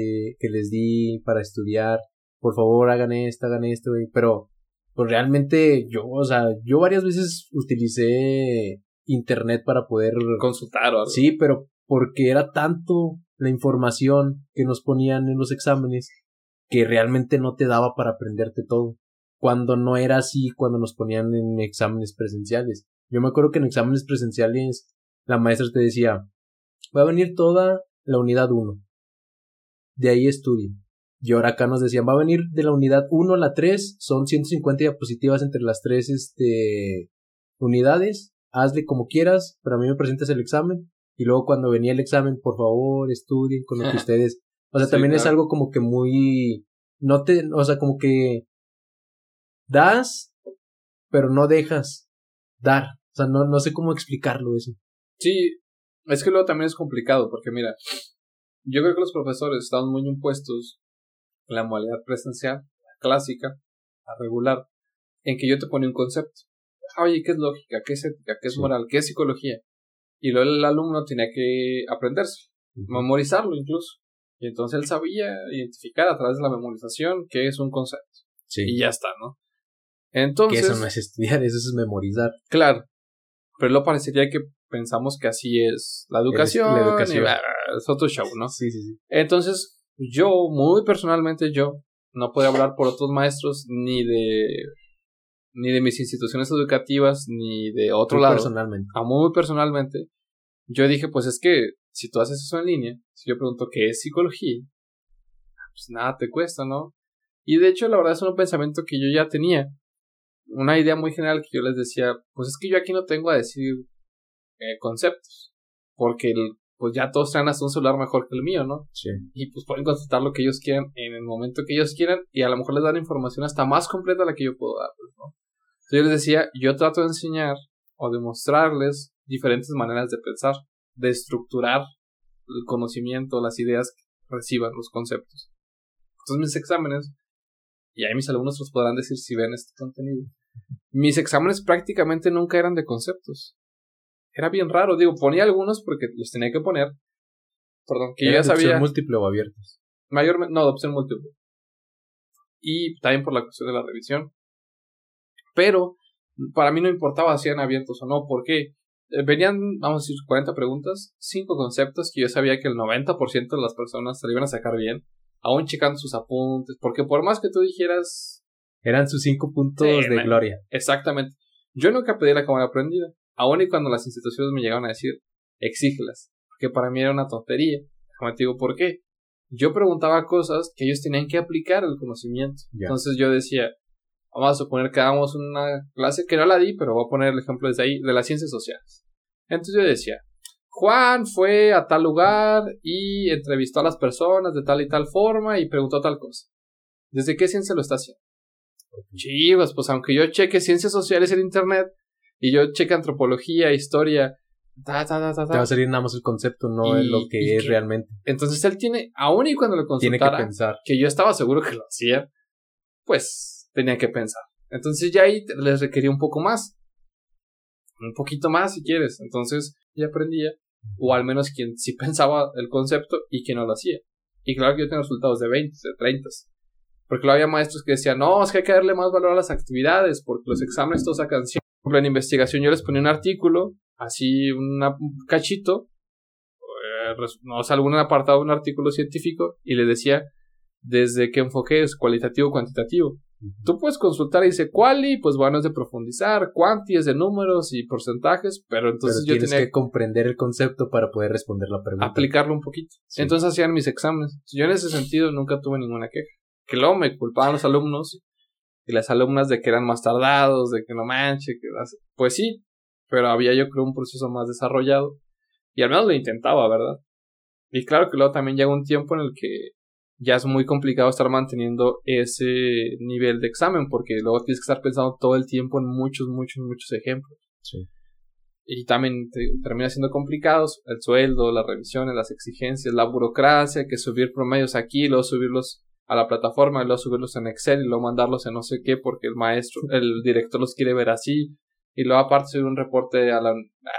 di para estudiar, por favor hagan esto, pero pues realmente yo varias veces utilicé internet para poder consultar o algo. Sí, pero porque era tanto la información que nos ponían en los exámenes que realmente no te daba para aprenderte todo. Cuando no era así, cuando nos ponían en exámenes presenciales. Yo me acuerdo que en exámenes presenciales la maestra te decía, va a venir toda la unidad 1. De ahí estudien. Y ahora acá nos decían, va a venir de la unidad 1 a la 3, son 150 diapositivas entre las 3 unidades. Hazle como quieras, pero a mí me presentas el examen. Y luego cuando venía el examen, por favor, estudien con lo que ustedes... O sea, sí, también claro. Es algo como que muy... O sea, como que... Das, pero no dejas dar. O sea, no sé cómo explicarlo eso. Sí, es que luego también es complicado, porque mira, yo creo que los profesores están muy impuestos en la modalidad presencial, la clásica, la regular, en que yo te pone un concepto. Oye, ¿qué es lógica? ¿Qué es ética? ¿Qué es moral? ¿Qué es psicología? Y luego el alumno tenía que aprenderse, memorizarlo incluso. Y entonces él sabía identificar a través de la memorización qué es un concepto. Sí. Y ya está, ¿no? Entonces... Que eso no es estudiar, eso es memorizar. Claro. Pero luego parecería que pensamos que así es la educación. Es otro show, ¿no? Sí. Entonces, muy personalmente, no puedo hablar por otros maestros ni de mis instituciones educativas, ni de otro lado. Muy personalmente, yo dije, pues es que si tú haces eso en línea, si yo pregunto qué es psicología, pues nada te cuesta, ¿no? Y de hecho, la verdad es un pensamiento que yo ya tenía, una idea muy general que yo les decía, pues es que yo aquí no tengo a decir conceptos, porque pues ya todos traen hasta un celular mejor que el mío, ¿no? Sí. Y pues pueden consultar lo que ellos quieran en el momento que ellos quieran y a lo mejor les dan información hasta más completa a la que yo puedo dar, ¿no? Entonces yo les decía, yo trato de enseñar o de mostrarles diferentes maneras de pensar, de estructurar el conocimiento, las ideas que reciban, los conceptos. Entonces mis exámenes, y ahí mis alumnos los podrán decir si ven este contenido, mis exámenes prácticamente nunca eran de conceptos. Era bien raro, digo, ponía algunos porque los tenía que poner. Perdón, que yo ya sabía. ¿De opción múltiple o abiertos? Mayormente, no, de opción múltiple. Y también por la cuestión de la revisión. Pero para mí no importaba si eran abiertos o no, porque venían, vamos a decir, 40 preguntas, 5 conceptos que yo sabía que el 90% de las personas se lo iban a sacar bien, aún checando sus apuntes, porque por más que tú dijeras... Eran sus 5 puntos de gloria. Exactamente. Yo nunca pedí la cámara prendida, aún y cuando las instituciones me llegaban a decir, exígelas, porque para mí era una tontería. Déjame te digo por qué. Yo preguntaba cosas que ellos tenían que aplicar el conocimiento. Yeah. Entonces yo decía, vamos a suponer que damos una clase que no la di, pero voy a poner el ejemplo desde ahí, de las ciencias sociales. Entonces yo decía, Juan fue a tal lugar y entrevistó a las personas de tal y tal forma y preguntó tal cosa. ¿Desde qué ciencia lo está haciendo? Chivas, pues aunque yo cheque ciencias sociales en internet y yo cheque antropología, historia, te va a salir nada más el concepto, no es lo que es realmente. Entonces él tiene, aún y cuando lo consultara, tiene que pensar. Que yo estaba seguro que lo hacía, pues tenía que pensar. Entonces ya ahí les requería un poco más. Un poquito más si quieres. Entonces ya aprendía. O al menos quien sí pensaba el concepto y quien no lo hacía. Y claro que yo tengo resultados de 20, de 30. Porque luego había maestros que decían, no, es que hay que darle más valor a las actividades. Porque los exámenes todos sacan 100. Por ejemplo, en investigación yo les ponía un artículo, así un cachito, o sea, algún apartado de un artículo científico, y les decía desde qué enfoque es, cualitativo o cuantitativo. Tú puedes consultar y dice quali, pues bueno, es de profundizar, quanti es de números y porcentajes, pero entonces yo tenía que comprender el concepto para poder responder la pregunta. Aplicarlo un poquito. Sí. Entonces hacían mis exámenes. Yo en ese sentido nunca tuve ninguna queja. Que luego me culpaban los alumnos y las alumnas de que eran más tardados, de que no manche, que pues sí, pero había yo creo un proceso más desarrollado y al menos lo intentaba, ¿verdad? Y claro que luego también llega un tiempo en el que ya es muy complicado estar manteniendo ese nivel de examen porque luego tienes que estar pensando todo el tiempo en muchos ejemplos. Sí. Y también termina siendo complicados el sueldo, las revisiones, las exigencias, la burocracia, que subir promedios aquí, luego subirlos a la plataforma, y luego subirlos en Excel y luego mandarlos en no sé qué porque el maestro, el director los quiere ver así y luego aparte subir un reporte a la...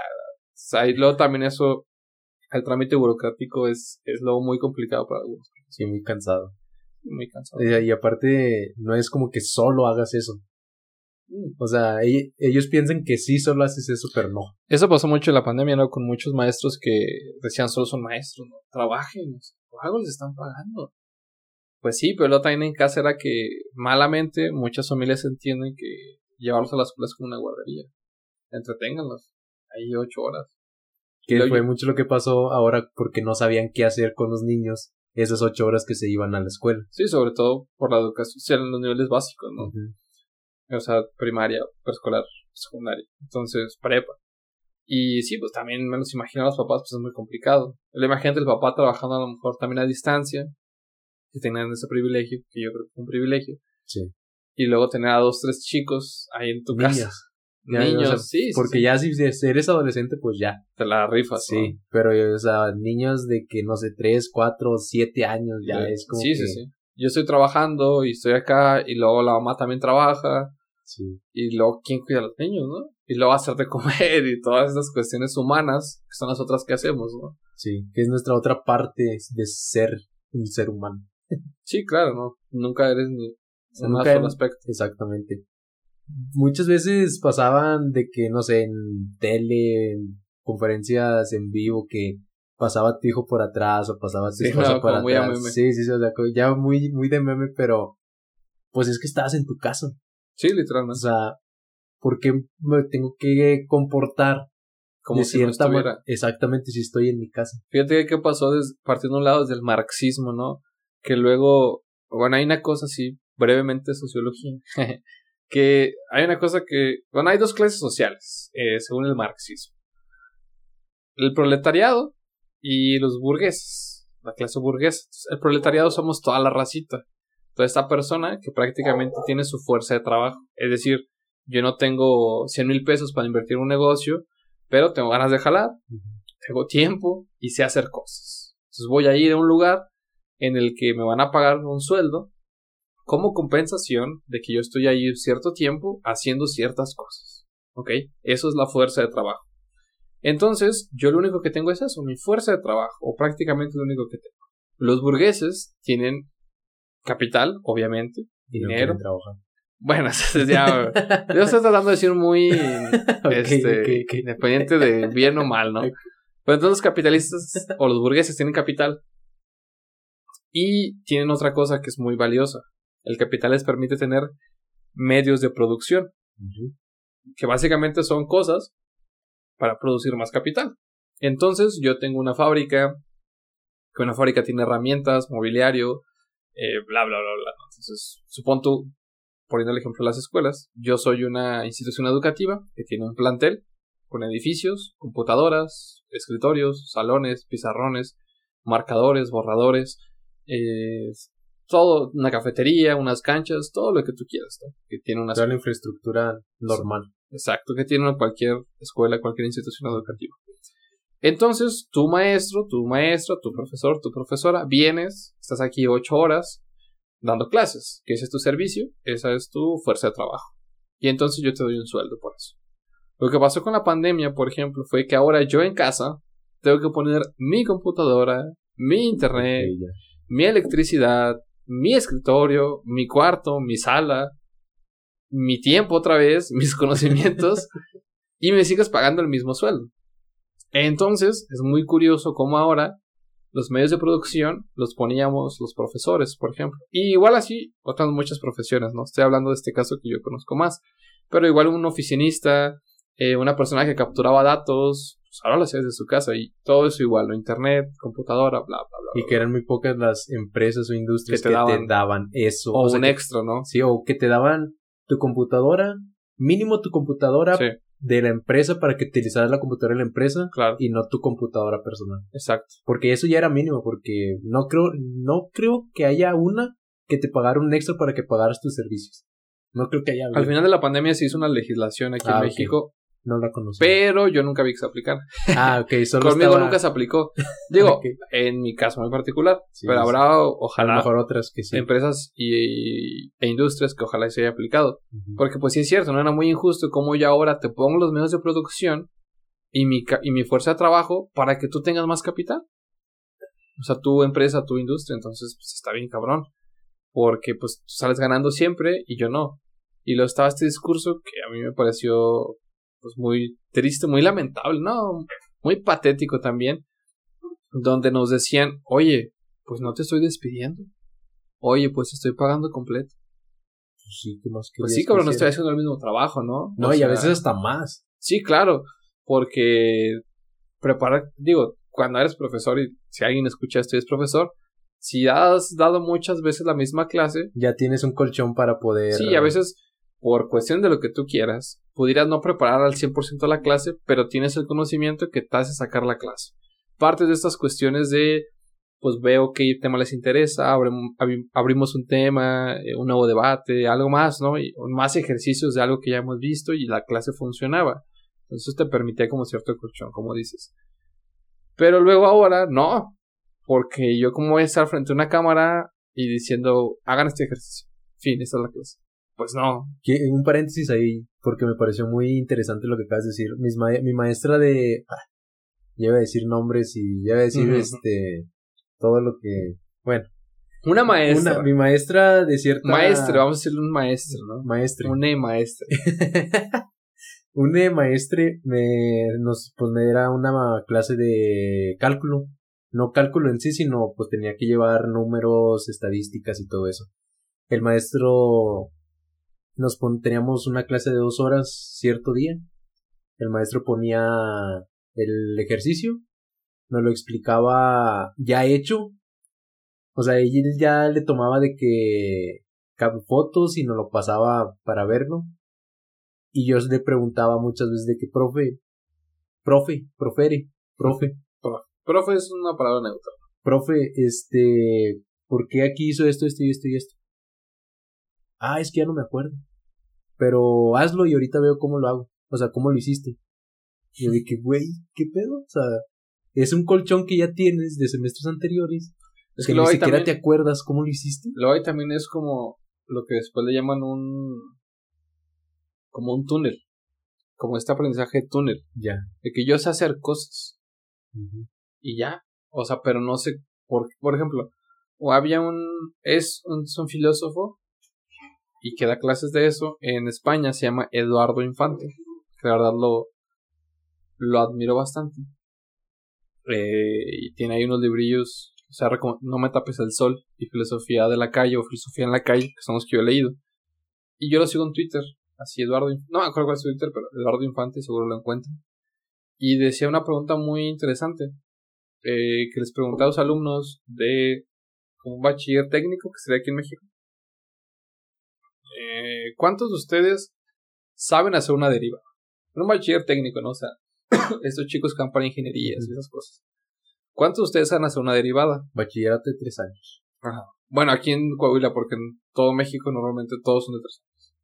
y luego también eso, el trámite burocrático es luego muy complicado para algunos. Sí, muy cansado. Muy cansado. Y aparte, no es como que solo hagas eso. O sea, ellos piensan que sí, solo haces eso, pero no. Eso pasó mucho en la pandemia, ¿no? Con muchos maestros que decían solo son maestros, ¿no? Trabajen, por algo les están pagando. Pues sí, pero luego también en casa era que malamente muchas familias entienden que llevarlos a las escuelas como una guardería. Entreténganlos. Ahí 8 horas. Que fue mucho lo que pasó ahora porque no sabían qué hacer con los niños esas 8 horas que se iban a la escuela. Sí, sobre todo por la educación en los niveles básicos, ¿no? O sea, primaria, preescolar, secundaria. Entonces, prepa. Y sí, pues también me los imagino a los papás, pues es muy complicado. Imagínate el papá trabajando a lo mejor también a distancia, que tengan ese privilegio, que yo creo que es un privilegio. Sí. Y luego tener a 2, 3 chicos ahí en tu casa. Niños, o sea, sí. Porque ya si eres adolescente, pues ya. Te la rifas, sí, ¿no? Pero, o sea, niños de que, no sé, 3, 4, 7 años, ya sí. Es como sí, que... Sí. Yo estoy trabajando y estoy acá, y luego la mamá también trabaja. Sí. Y luego, ¿quién cuida a los niños, no? Y luego hacer de comer y todas esas cuestiones humanas, que son las otras que hacemos, ¿no? Sí, que es nuestra otra parte de ser un ser humano. Sí, claro, ¿no? Nunca eres ni un solo aspecto. Exactamente. Muchas veces pasaban de que, no sé, en tele, en conferencias en vivo, que pasaba tu hijo por atrás o pasaba tu esposa por atrás. Sí, o sea, ya muy de meme, pero pues es que estabas en tu casa. Sí, literalmente. O sea, ¿por qué me tengo que comportar como de si cierta no estuviera? Exactamente, si estoy en mi casa. Fíjate qué pasó partiendo de un lado desde el marxismo, ¿no? Que luego, bueno, hay una cosa así, brevemente sociología, que hay una cosa que... Bueno, hay dos clases sociales, según el marxismo. El proletariado y los burgueses, la clase burguesa. El proletariado somos toda la racita. Toda esta persona que prácticamente tiene su fuerza de trabajo. Es decir, yo no tengo 100,000 pesos para invertir en un negocio, pero tengo ganas de jalar, tengo tiempo y sé hacer cosas. Entonces voy a ir a un lugar en el que me van a pagar un sueldo como compensación de que yo estoy ahí cierto tiempo haciendo ciertas cosas. ¿Ok? Eso es la fuerza de trabajo. Entonces, yo lo único que tengo es eso, mi fuerza de trabajo, o prácticamente lo único que tengo. Los burgueses tienen capital, obviamente, dinero. No bueno, ya, yo estoy tratando de decir muy okay. Independiente de bien o mal, ¿no? Okay. Pero entonces los capitalistas o los burgueses tienen capital y tienen otra cosa que es muy valiosa. El capital les permite tener medios de producción, que básicamente son cosas para producir más capital. Entonces yo tengo una fábrica, que una fábrica tiene herramientas, mobiliario, bla, bla, bla, bla. Entonces, supón tú, poniendo el ejemplo de las escuelas, yo soy una institución educativa que tiene un plantel con edificios, computadoras, escritorios, salones, pizarrones, marcadores, borradores, todo, una cafetería, unas canchas, todo lo que tú quieras, ¿no? Que tiene una toda la infraestructura normal. Exacto, que tiene cualquier escuela, cualquier institución educativa. Entonces, tu maestro, tu maestra, tu profesor, tu profesora, vienes, estás aquí 8 horas dando clases, que ese es tu servicio, esa es tu fuerza de trabajo. Y entonces yo te doy un sueldo por eso. Lo que pasó con la pandemia, por ejemplo, fue que ahora yo en casa tengo que poner mi computadora, mi internet, mi electricidad, mi escritorio, mi cuarto, mi sala, mi tiempo otra vez, mis conocimientos, y me sigues pagando el mismo sueldo. Entonces, es muy curioso cómo ahora los medios de producción los poníamos los profesores, por ejemplo. Y igual así, otras muchas profesiones, ¿no? Estoy hablando de este caso que yo conozco más. Pero igual un oficinista, una persona que capturaba datos, pues ahora lo hacía desde su casa. Y todo eso igual, ¿no? Internet, computadora, bla, bla, bla. Y que eran muy pocas las empresas o industrias que te daban eso. O un extra, ¿no? Sí, o que te daban tu computadora, mínimo tu computadora. Sí. De la empresa para que utilizaras la computadora de la empresa, claro, y no tu computadora personal. Exacto. Porque eso ya era mínimo, porque no creo que haya una que te pagara un extra para que pagaras tus servicios. No creo que haya. Al final de la pandemia se hizo una legislación aquí en México. No la conozco. Pero yo nunca vi que se aplicara. Solo conmigo nunca se aplicó. Digo, en mi caso muy particular. Sí, pero habrá, ojalá, a lo mejor otras que sí. Empresas e industrias que ojalá se haya aplicado. Porque pues sí es cierto, no era muy injusto como yo ahora te pongo los medios de producción y mi fuerza de trabajo para que tú tengas más capital. O sea, tu empresa, tu industria. Entonces, pues está bien cabrón. Porque pues tú sales ganando siempre y yo no. Y luego estaba este discurso que a mí me pareció pues muy triste, muy lamentable, ¿no? Muy patético también, donde nos decían, oye, pues no te estoy despidiendo, oye, pues estoy pagando completo. Pues sí, ¿qué más querías? Pues sí, cabrón, no estoy haciendo el mismo trabajo, ¿no? No, y a veces hasta más. Sí, claro, porque cuando eres profesor y si alguien escucha esto y es profesor, si has dado muchas veces la misma clase, ya tienes un colchón para poder. Sí, a veces por cuestión de lo que tú quieras, pudieras no preparar al 100% la clase, pero tienes el conocimiento que te hace sacar la clase. Parte de estas cuestiones de, pues veo qué tema les interesa, abrimos un tema, un nuevo debate, algo más, ¿no? Y más ejercicios de algo que ya hemos visto y la clase funcionaba. Entonces te permitía como cierto colchón, como dices. Pero luego ahora, no, porque yo como voy a estar frente a una cámara y diciendo, hagan este ejercicio. Fin, esta es la clase. Pues no. Un paréntesis ahí, porque me pareció muy interesante lo que acabas de decir. Mi maestra de... ya iba a decir nombres y ya iba a decir todo lo que... Bueno. Una maestra. Mi maestra de cierta... Maestre, vamos a decirle un maestro, ¿no? Maestre. Una maestre. Una maestre me era una clase de cálculo. No cálculo en sí, sino pues tenía que llevar números, estadísticas y todo eso. El maestro... teníamos una clase de 2 horas cierto día. El maestro ponía el ejercicio, nos lo explicaba ya hecho. O sea, él ya le tomaba de que fotos y nos lo pasaba para verlo. Y yo le preguntaba muchas veces de que, profe, es una palabra neutra. Profe, ¿por qué aquí hizo esto, esto y esto y esto? Ah, es que ya no me acuerdo. Pero hazlo y ahorita veo cómo lo hago. O sea, cómo lo hiciste. Y yo dije, güey, ¿qué pedo? O sea, es un colchón que ya tienes de semestres anteriores. Es que ni siquiera también, te acuerdas cómo lo hiciste. Luego ahí también es como lo que después le llaman como un túnel. Como este aprendizaje de túnel. Ya. De que yo sé hacer cosas. Uh-huh. Y ya. O sea, pero no sé. Por ejemplo, había es un filósofo y que da clases de eso en España, se llama Eduardo Infante, que la verdad lo admiro bastante, y tiene ahí unos librillos, o sea, No me tapes el sol y Filosofía de la calle o Filosofía en la calle, que son los que yo he leído, y yo lo sigo en Twitter, así no me acuerdo cuál es su Twitter, pero Eduardo Infante, seguro lo encuentran, y decía una pregunta muy interesante, que les preguntaba a los alumnos de un bachiller técnico que sería aquí en México. ¿Cuántos de ustedes saben hacer una derivada? Un bachiller técnico, ¿no? O sea, estos chicos que van para ingenierías y esas cosas. ¿Cuántos de ustedes saben hacer una derivada? Bachillerato de 3 años. Ajá. Bueno, aquí en Coahuila, porque en todo México normalmente todos son de 3 años.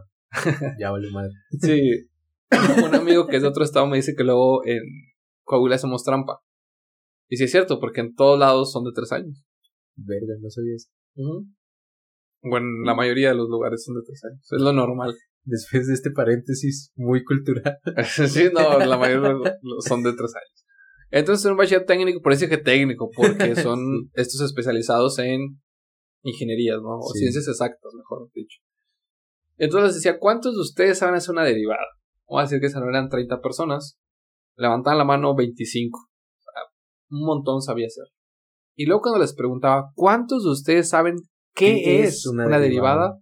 Ya vale madre. Sí. Un amigo que es de otro estado me dice que luego en Coahuila hacemos trampa. Y sí es cierto, porque en todos lados son de 3 años. Verga, no sabía eso. Uh-huh. Bueno, la mayoría de los lugares son de 3 años. Es lo normal. Después de este paréntesis muy cultural. Sí, no, la mayoría son de 3 años. Entonces, un bachiller técnico, por eso que técnico, porque son sí. Estos especializados en ingenierías, ¿no? O ciencias exactas, mejor dicho. Entonces les decía, ¿cuántos de ustedes saben hacer una derivada? Vamos a decir que eran 30 personas. Levantaban la mano 25. O sea, un montón sabía hacer. Y luego cuando les preguntaba, ¿cuántos de ustedes saben qué es una derivada?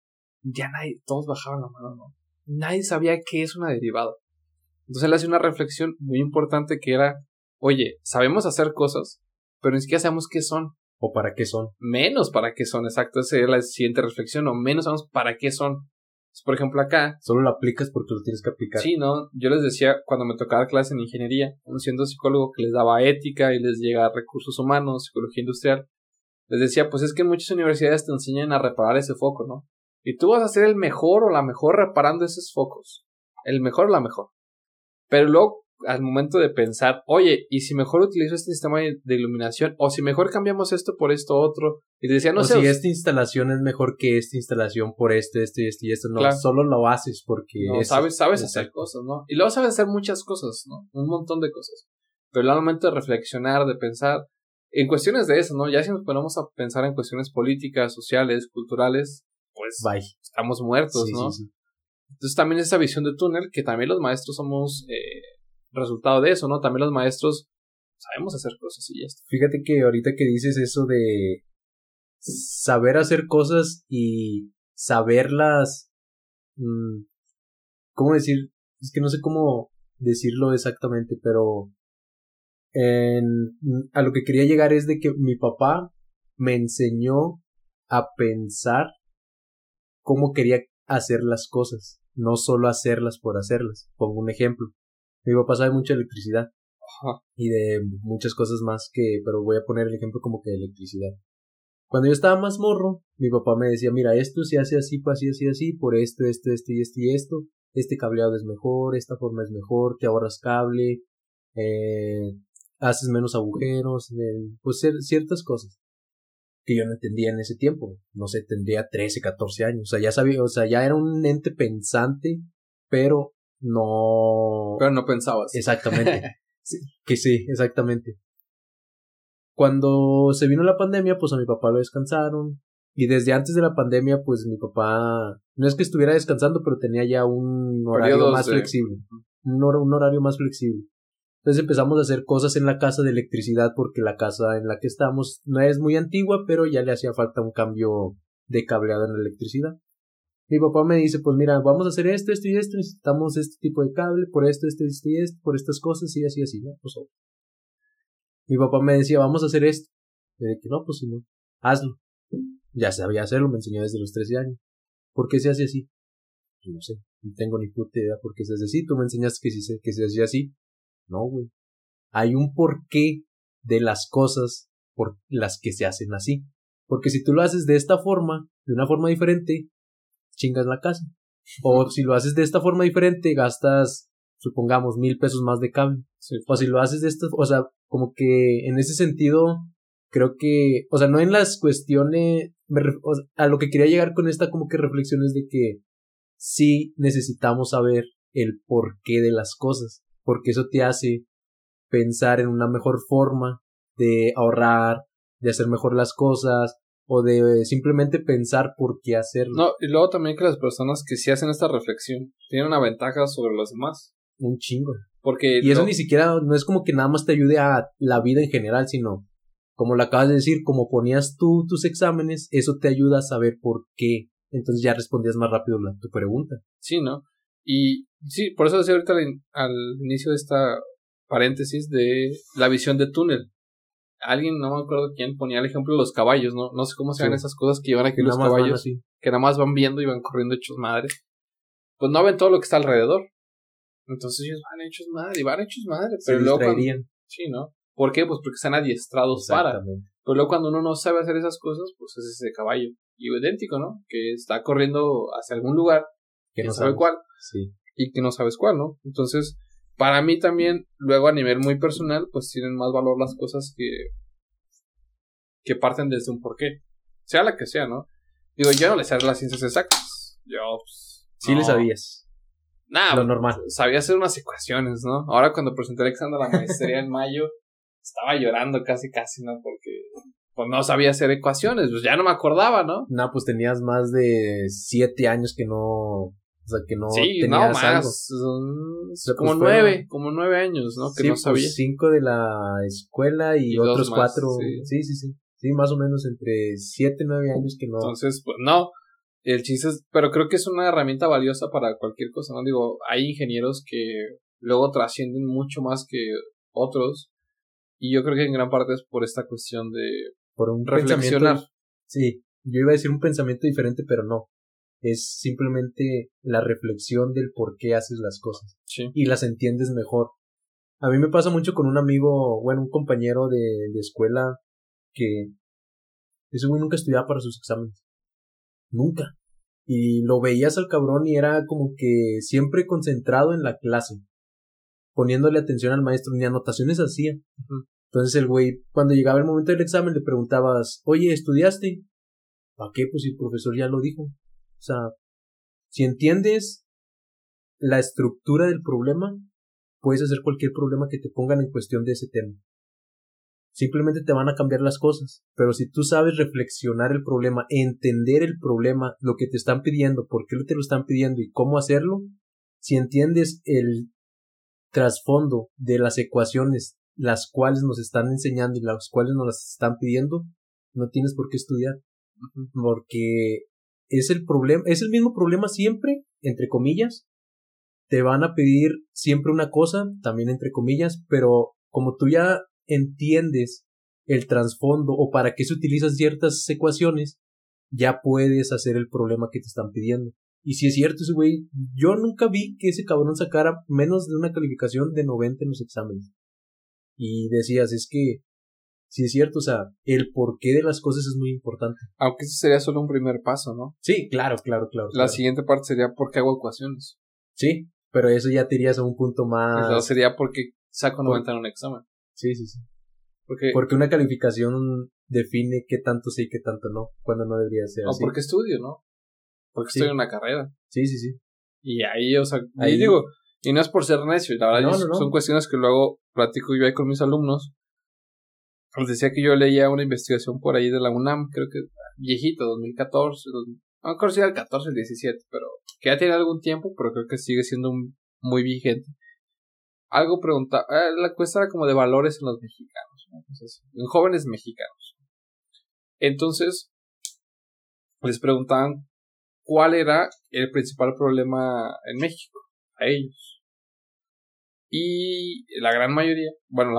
Ya todos bajaban la mano, ¿no? Nadie sabía qué es una derivada. Entonces él hacía una reflexión muy importante que era, oye, sabemos hacer cosas, pero ni siquiera sabemos qué son. O para qué son. Menos para qué son, exacto. Esa es la siguiente reflexión, o menos sabemos para qué son. Entonces, por ejemplo, acá... Solo lo aplicas porque lo tienes que aplicar. Sí, ¿no? Yo les decía, cuando me tocaba clase en ingeniería, siendo psicólogo que les daba ética y les llega recursos humanos, psicología industrial, les decía, pues es que en muchas universidades te enseñan a reparar ese foco, ¿no? Y tú vas a ser el mejor o la mejor reparando esos focos. El mejor o la mejor. Pero luego, al momento de pensar, oye, ¿y si mejor utilizo este sistema de iluminación? O si mejor cambiamos esto por esto otro. Y te decía, no o sé. Si esta instalación es mejor que esta instalación por esto. No, claro. Solo lo haces porque... No, sabes hacer cosas, ¿no? Y luego sabes hacer muchas cosas, ¿no? Un montón de cosas. Pero al momento de reflexionar, de pensar, en cuestiones de eso, ¿no? Ya si nos ponemos a pensar en cuestiones políticas, sociales, culturales, pues estamos muertos, sí, ¿no? Sí. Entonces también esa visión de túnel, que también los maestros somos resultado de eso, ¿no? También los maestros sabemos hacer cosas y ya está. Fíjate que ahorita que dices eso de saber hacer cosas y saberlas, ¿cómo decir? Es que no sé cómo decirlo exactamente, pero a lo que quería llegar es de que mi papá me enseñó a pensar cómo quería hacer las cosas, no solo hacerlas por hacerlas. Pongo un ejemplo. Mi papá sabe mucho de electricidad. Ajá. Y de muchas cosas más pero voy a poner el ejemplo como que de electricidad. Cuando yo estaba más morro, mi papá me decía, mira, esto se hace así, así, por esto, y esto. Este cableado es mejor, esta forma es mejor, te ahorras cable, haces menos agujeros, pues ciertas cosas que yo no entendía en ese tiempo. No sé, tendría 13, 14 años. O sea, ya sabía, o sea, ya era un ente pensante, pero no pensabas. Exactamente. Sí, exactamente. Cuando se vino la pandemia, pues a mi papá lo descansaron. Y desde antes de la pandemia, pues mi papá no es que estuviera descansando, pero tenía ya un horario más flexible. Un horario más flexible. Entonces empezamos a hacer cosas en la casa de electricidad porque la casa en la que estamos no es muy antigua, pero ya le hacía falta un cambio de cableado en la electricidad. Mi papá me dice, pues mira, vamos a hacer esto, necesitamos este tipo de cable, por esto, por estas cosas, y así, ¿no? Pues mi papá me decía, vamos a hacer esto. Y de que no, pues no, hazlo. Ya sabía hacerlo, me enseñó desde los 13 años. ¿Por qué se hace así? No sé, no tengo ni puta idea por qué se hace así. Tú me enseñaste que se hacía así. No, güey. Hay un porqué de las cosas por las que se hacen así. Porque si tú lo haces de esta forma, de una forma diferente, chingas la casa. O si lo haces de esta forma diferente, gastas, supongamos, 1,000 pesos más de cable. Sí. O si lo haces de esta, o sea, como que en ese sentido, creo que, o sea, no en las cuestiones, o sea, a lo que quería llegar con esta como que reflexión es de que sí necesitamos saber el porqué de las cosas, porque eso te hace pensar en una mejor forma de ahorrar, de hacer mejor las cosas, o de simplemente pensar por qué hacerlo. No, y luego también que las personas que sí hacen esta reflexión tienen una ventaja sobre los demás. Un chingo. Porque y eso ni siquiera, no es como que nada más te ayude a la vida en general, sino, como lo acabas de decir, como ponías tú tus exámenes, eso te ayuda a saber por qué. Entonces ya respondías más rápido tu pregunta. Sí, ¿no? Y sí, por eso decía ahorita al inicio de esta paréntesis de la visión de túnel. Alguien, no me acuerdo quién, ponía el ejemplo de los caballos, ¿no? No sé cómo se llaman esas cosas que llevan aquí los caballos, que nada más van viendo y van corriendo hechos madre. Pues no ven todo lo que está alrededor. Entonces ellos van hechos madre. Pero luego sí, ¿no? ¿Por qué? Pues porque están adiestrados para. Pero luego cuando uno no sabe hacer esas cosas, pues es ese caballo. Y idéntico, ¿no? Que está corriendo hacia algún lugar, que no sabe cuál. Sí. Y que no sabes cuál, ¿no? Entonces, para mí también, luego a nivel muy personal, pues tienen más valor las cosas que parten desde un porqué. Sea la que sea, ¿no? Digo, yo no le sé las ciencias exactas. Yo, pues, sí le sabías. Nada, lo normal. Sabía hacer unas ecuaciones, ¿no? Ahora cuando presenté el examen de la maestría en mayo, estaba llorando casi, ¿no? Porque pues no sabía hacer ecuaciones, pues ya no me acordaba, ¿no? No, pues tenías más de 7 años que no, o sea, que no sí, tenías no, más, algo. Como 9 años, ¿no? Que sí, no sabía. Pues 5 de la escuela y otros 4. Sí, más o menos entre 7 y 9 años que no. Entonces, pues no. El chiste es, pero creo que es una herramienta valiosa para cualquier cosa, ¿no? Digo, hay ingenieros que luego trascienden mucho más que otros, y yo creo que en gran parte es por esta cuestión de por un reflexionar. Sí, yo iba a decir un pensamiento diferente, pero no. Es simplemente la reflexión del por qué haces las cosas. Sí. Y las entiendes mejor. A mí me pasa mucho con un amigo, bueno, un compañero de escuela que ese güey nunca estudiaba para sus exámenes. Nunca. Y lo veías al cabrón y era como que siempre concentrado en la clase, poniéndole atención al maestro, ni anotaciones hacía. Entonces el güey, cuando llegaba el momento del examen, le preguntabas, oye, ¿estudiaste? ¿Para qué? Pues si el profesor ya lo dijo. O sea, si entiendes la estructura del problema, puedes hacer cualquier problema que te pongan en cuestión de ese tema. Simplemente te van a cambiar las cosas. Pero si tú sabes reflexionar el problema, entender el problema, lo que te están pidiendo, por qué te lo están pidiendo y cómo hacerlo, si entiendes el trasfondo de las ecuaciones, las cuales nos están enseñando y las cuales nos las están pidiendo, no tienes por qué estudiar. Porque es el problema, es el mismo problema siempre, entre comillas. Te van a pedir siempre una cosa, también entre comillas, pero como tú ya entiendes el trasfondo o para qué se utilizan ciertas ecuaciones, ya puedes hacer el problema que te están pidiendo. Y si es cierto ese güey, yo nunca vi que ese cabrón sacara menos de una calificación de 90 en los exámenes. Y decías, es que sí es cierto, o sea, el porqué de las cosas es muy importante. Aunque ese sería solo un primer paso, ¿no? Sí, claro. La siguiente parte sería ¿por qué hago ecuaciones? Sí, pero eso ya te irías a un punto más... Eso sería porque saco 90 en un examen. Sí. Porque una calificación define qué tanto sí y qué tanto no, cuando no debería ser así. O porque estudio, ¿no? Porque estoy en una carrera. Sí. Y ahí, o sea, ahí digo, y no es por ser necio, la verdad son cuestiones que luego platico yo ahí con mis alumnos. Les decía que yo leía una investigación por ahí de la UNAM, creo que viejito, 2014, no me acuerdo si era el 14 o el 17, pero que ya tiene algún tiempo, pero creo que sigue siendo muy vigente. Algo preguntaba, la cuestión era como de valores en los mexicanos, ¿no? Entonces, en jóvenes mexicanos. Entonces, les preguntaban cuál era el principal problema en México, a ellos. Y la mayoría,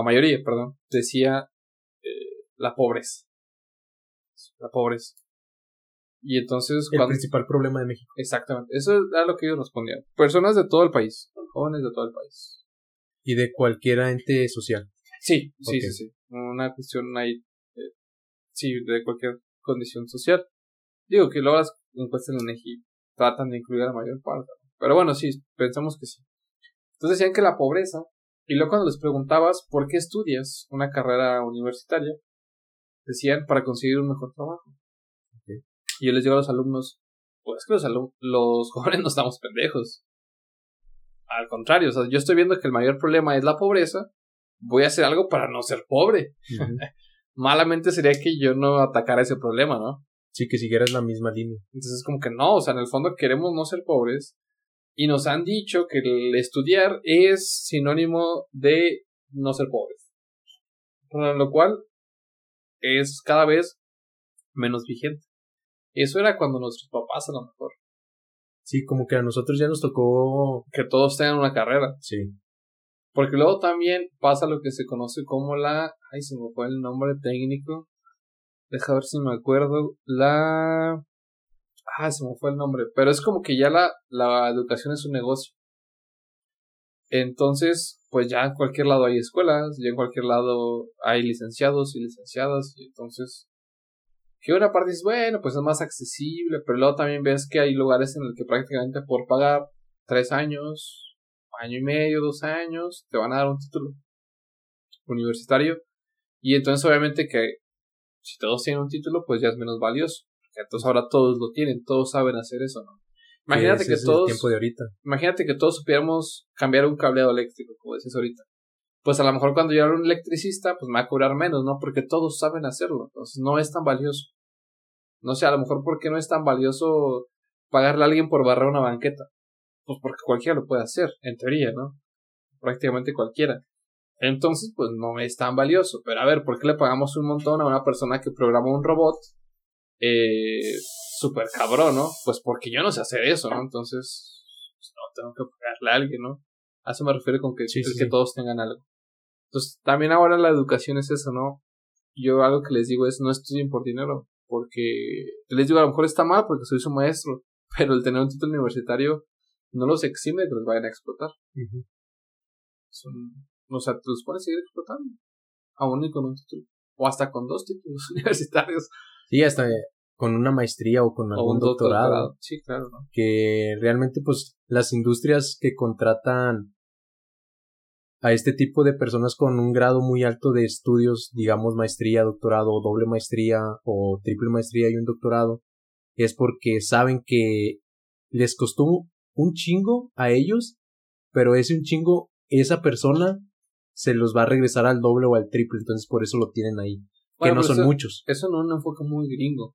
decía la pobreza. La pobreza. Y entonces... El principal problema de México. Exactamente. Eso era lo que ellos respondían. Personas de todo el país. Jóvenes de todo el país. Y de cualquier ente social. Sí. Una cuestión ahí... sí, de cualquier condición social. Digo que luego las encuestas en el INEGI tratan de incluir a la mayor parte. Pero bueno, sí, pensamos que sí. Entonces decían que la pobreza... Y luego cuando les preguntabas por qué estudias una carrera universitaria, decían para conseguir un mejor trabajo. Okay. Y yo les digo a los alumnos, pues que los jóvenes no estamos pendejos. Al contrario, o sea, yo estoy viendo que el mayor problema es la pobreza, voy a hacer algo para no ser pobre. Uh-huh. Malamente sería que yo no atacara ese problema, ¿no? Sí, que siguieras la misma línea. Entonces como que no, o sea, en el fondo queremos no ser pobres. Y nos han dicho que el estudiar es sinónimo de no ser pobres. Lo cual es cada vez menos vigente. Eso era cuando nuestros papás a lo mejor. Sí, como que a nosotros ya nos tocó... que todos tengan una carrera. Sí. Porque luego también pasa lo que se conoce como la... Ay, se me fue el nombre técnico. Deja ver si me acuerdo. Se me fue el nombre. Pero es como que ya la educación es un negocio. Entonces, pues ya en cualquier lado hay escuelas, ya en cualquier lado hay licenciados y licenciadas. Y entonces, que una parte dices, bueno, pues es más accesible. Pero luego también ves que hay lugares en los que prácticamente por pagar 3 años, año y medio, 2 años, te van a dar un título universitario. Y entonces obviamente que si todos tienen un título, pues ya es menos valioso. Entonces ahora todos lo tienen, todos saben hacer eso, ¿no? Imagínate que todos... el tiempo de ahorita. Imagínate que todos supiéramos cambiar un cableado eléctrico, como decías ahorita. Pues a lo mejor cuando yo era un electricista, pues me va a cobrar menos, ¿no? Porque todos saben hacerlo. Entonces no es tan valioso. No sé, a lo mejor ¿por qué no es tan valioso pagarle a alguien por barrer una banqueta? Pues porque cualquiera lo puede hacer, en teoría, ¿no? Prácticamente cualquiera. Entonces, pues no es tan valioso. Pero a ver, ¿por qué le pagamos un montón a una persona que programa un robot? Súper cabrón, ¿no? Pues porque yo no sé hacer eso, ¿no? Entonces, pues no, tengo que pagarle a alguien, ¿no? A eso me refiero con que, que todos tengan algo. Entonces, también ahora la educación es eso, ¿no? Yo algo que les digo es, no estudien por dinero. Porque, les digo, a lo mejor está mal porque soy su maestro. Pero el tener un título universitario no los exime de que los vayan a explotar. Uh-huh. O sea, te los pueden seguir explotando. Aún y con un título. O hasta con 2 títulos universitarios. Sí, hasta con una maestría o con algún doctorado. Sí, claro, ¿no? Que realmente, pues, las industrias que contratan a este tipo de personas con un grado muy alto de estudios, digamos maestría, doctorado, o doble maestría, o triple maestría y un doctorado, es porque saben que les costó un chingo a ellos, pero un chingo, esa persona se los va a regresar al doble o al triple, entonces por eso lo tienen ahí. Bueno, que no son muchos. Eso no es un enfoque muy gringo.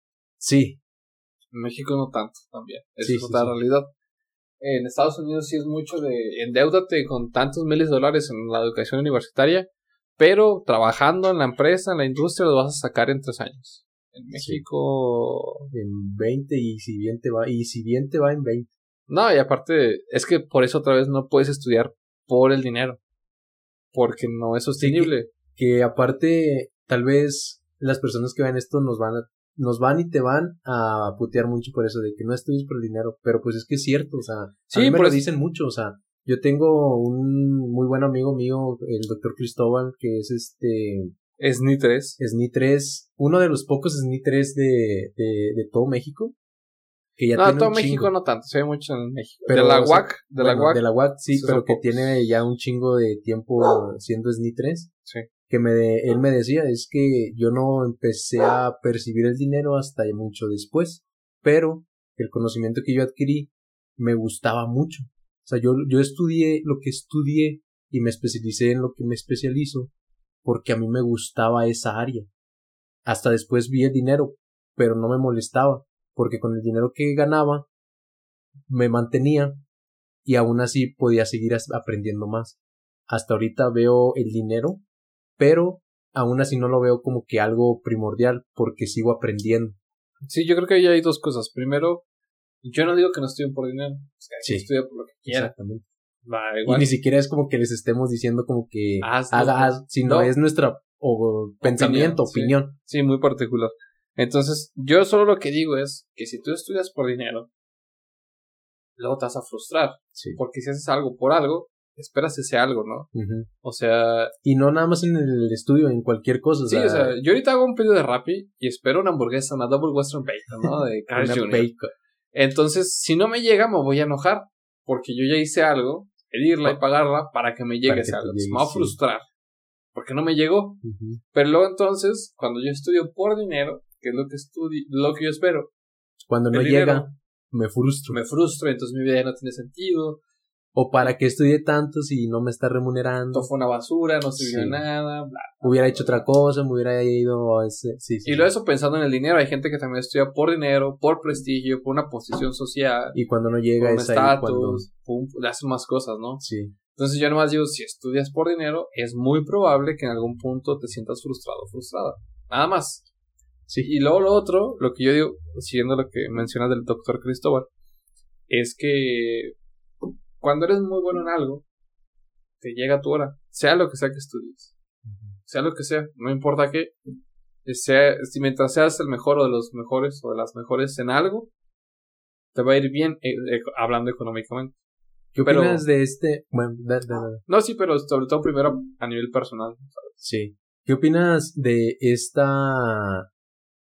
Sí. En México no tanto también. Esa es otra realidad. En Estados Unidos sí es mucho de endeúdate con tantos miles de dólares en la educación universitaria, pero trabajando en la empresa, en la industria, lo vas a sacar en 3 años. En México... En 20 y si bien te va en 20. No, y aparte, es que por eso otra vez no puedes estudiar por el dinero. Porque no es sostenible. Sí, que aparte, tal vez las personas que ven esto nos van y te van a putear mucho por eso de que no estudies por el dinero, pero pues es que es cierto, o sea, a mí me lo dicen mucho, o sea, yo tengo un muy buen amigo mío, el doctor Cristóbal, que es SNI 3. SNI 3, uno de los pocos SNI 3 de todo México. Que ya tiene todo México chingo. No tanto, se ve mucho en México. Pero, de la UAC, de la UAC sí, pero que tiene ya un chingo de tiempo siendo SNI 3. Sí. Que él me decía, es que yo no empecé a percibir el dinero hasta mucho después, pero el conocimiento que yo adquirí me gustaba mucho. O sea, yo estudié lo que estudié y me especialicé en lo que me especializo porque a mí me gustaba esa área. Hasta después vi el dinero, pero no me molestaba, porque con el dinero que ganaba me mantenía y aún así podía seguir aprendiendo más. Hasta ahorita veo el dinero, pero aún así no lo veo como que algo primordial porque sigo aprendiendo. Sí, yo creo que ahí hay 2 cosas. Primero, yo no digo que no estudien por dinero. O sea, sí, estudia por lo que quiera. Exactamente. Y ni siquiera es como que les estemos diciendo como que sino es nuestra pensamiento, opinión. Sí, muy particular. Entonces, yo solo lo que digo es que si tú estudias por dinero, luego te vas a frustrar. Sí. Porque si haces algo por algo, esperas ese algo, ¿no? Uh-huh. O sea... Y no nada más en el estudio, en cualquier cosa. Sí, o sea, yo ahorita hago un pedido de Rappi y espero una hamburguesa, una Double Western Bacon, ¿no? De Carl's Jr. Bacon. Entonces, si no me llega, me voy a enojar. Porque yo ya hice algo, pedirla y pagarla para que me llegue ese algo. Me va a frustrar. Porque no me llegó. Uh-huh. Pero luego entonces, cuando yo estudio por dinero, que es lo que yo espero. Cuando no llega, me frustro. Me frustro, entonces mi vida ya no tiene sentido. O para qué estudié tanto si no me está remunerando. Todo fue una basura, no sirvió nada, bla. Hubiera hecho otra cosa, me hubiera ido a ese... Sí. Y luego eso pensando en el dinero, hay gente que también estudia por dinero, por prestigio, por una posición social. Y cuando no llega por un estatus, le hacen más cosas, ¿no? Sí. Entonces yo nomás digo, si estudias por dinero, es muy probable que en algún punto te sientas frustrado o frustrada. Nada más. Sí. Y luego lo otro, lo que yo digo, siguiendo lo que mencionas del doctor Cristóbal, es que cuando eres muy bueno en algo, te llega tu hora, sea lo que sea que estudies, sea lo que sea, no importa qué, mientras seas el mejor o de los mejores o de las mejores en algo, te va a ir bien hablando económicamente. ¿Qué opinas de este? Bueno, No, sí, pero sobre todo primero a nivel personal, ¿sabes? Sí. ¿Qué opinas de esta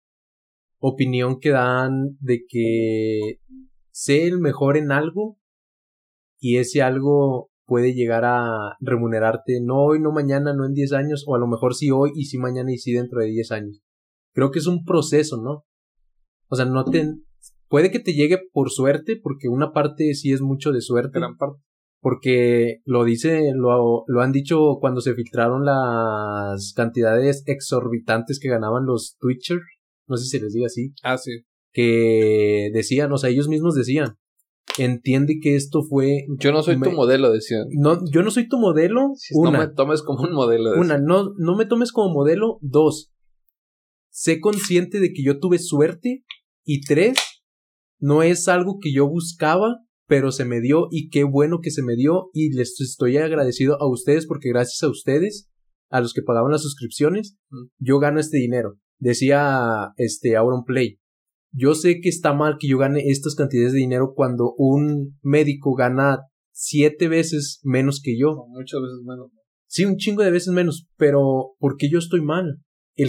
opinión que dan de que sé el mejor en algo y ese algo puede llegar a remunerarte no hoy, no mañana, no en 10 años, o a lo mejor sí hoy y sí mañana y sí dentro de 10 años? Creo que es un proceso, ¿no? O sea, puede que te llegue por suerte, porque una parte sí es mucho de suerte. Gran parte. Porque lo han dicho cuando se filtraron las cantidades exorbitantes que ganaban los Twitchers, no sé si se les diga así. Ah, sí. Que decían, o sea, ellos mismos decían, entiende que esto fue... Yo no soy tu modelo, decían. No, yo no soy tu modelo. No me tomes como un modelo. Decían. No me tomes como modelo. 2, sé consciente de que yo tuve suerte. Y 3, no es algo que yo buscaba, pero se me dio y qué bueno que se me dio y les estoy agradecido a ustedes porque gracias a ustedes, a los que pagaban las suscripciones, yo gano este dinero. Decía Auronplay, yo sé que está mal que yo gane estas cantidades de dinero cuando un médico gana 7 veces menos que yo. Muchas veces menos. Sí, un chingo de veces menos, pero ¿por qué yo estoy mal?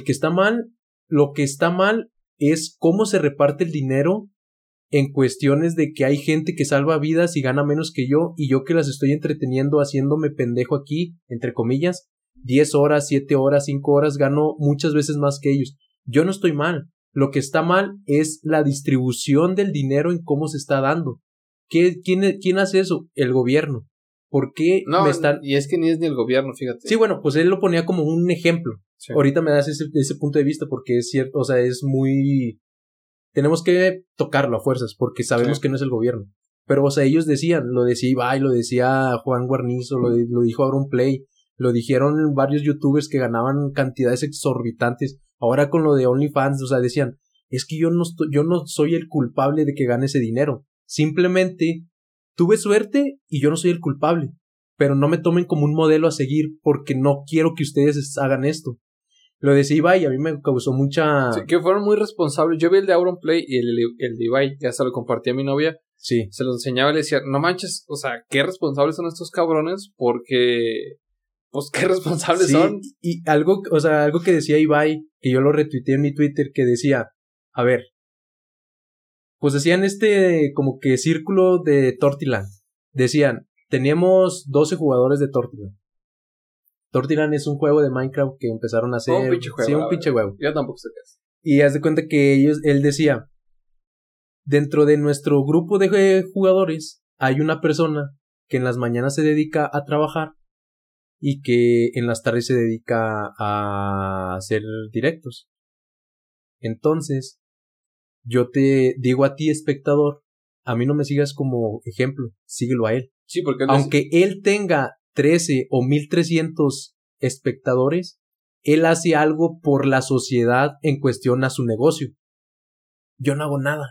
Lo que está mal es cómo se reparte el dinero en cuestiones de que hay gente que salva vidas y gana menos que yo, y yo que las estoy entreteniendo haciéndome pendejo aquí, entre comillas, 10 horas, 7 horas, 5 horas, gano muchas veces más que ellos. Yo no estoy mal. Lo que está mal es la distribución del dinero en cómo se está dando. ¿Quién hace eso? El gobierno. ¿Por qué me están...? Y es que ni es ni el gobierno, fíjate. Sí, bueno, pues él lo ponía como un ejemplo. Sí. Ahorita me das ese punto de vista porque es cierto, o sea, es muy... Tenemos que tocarlo a fuerzas porque sabemos que no es el gobierno. Pero, o sea, ellos decían, lo decía Ibai, lo decía Juan Guarnizo, lo dijo Auronplay, lo dijeron varios youtubers que ganaban cantidades exorbitantes. Ahora con lo de OnlyFans, o sea, decían, es que yo no soy el culpable de que gane ese dinero. Simplemente tuve suerte y yo no soy el culpable. Pero no me tomen como un modelo a seguir porque no quiero que ustedes hagan esto. Lo decía Ibai y a mí me causó mucha... Sí, que fueron muy responsables. Yo vi el de Auronplay y el de Ibai, que hasta lo compartí a mi novia. Sí. Se lo enseñaba y le decía, no manches, o sea, qué responsables son estos cabrones porque... Pues qué responsables son. Y algo que decía Ibai, que yo lo retuiteé en mi Twitter, que decía, a ver, pues decían como que círculo de Tortiland. Decían, teníamos 12 jugadores de Tortiland. Tortiland es un juego de Minecraft que empezaron a hacer. Un pinche juego. Sí, un pinche juego. Yo tampoco sé qué es. Y haz de cuenta que él decía, dentro de nuestro grupo de jugadores hay una persona que en las mañanas se dedica a trabajar y que en las tardes se dedica a hacer directos. Entonces, yo te digo a ti, espectador, a mí no me sigas como ejemplo, síguelo a él. Sí, porque aunque él tenga 13 o 1300 espectadores, él hace algo por la sociedad en cuestión a su negocio. Yo no hago nada.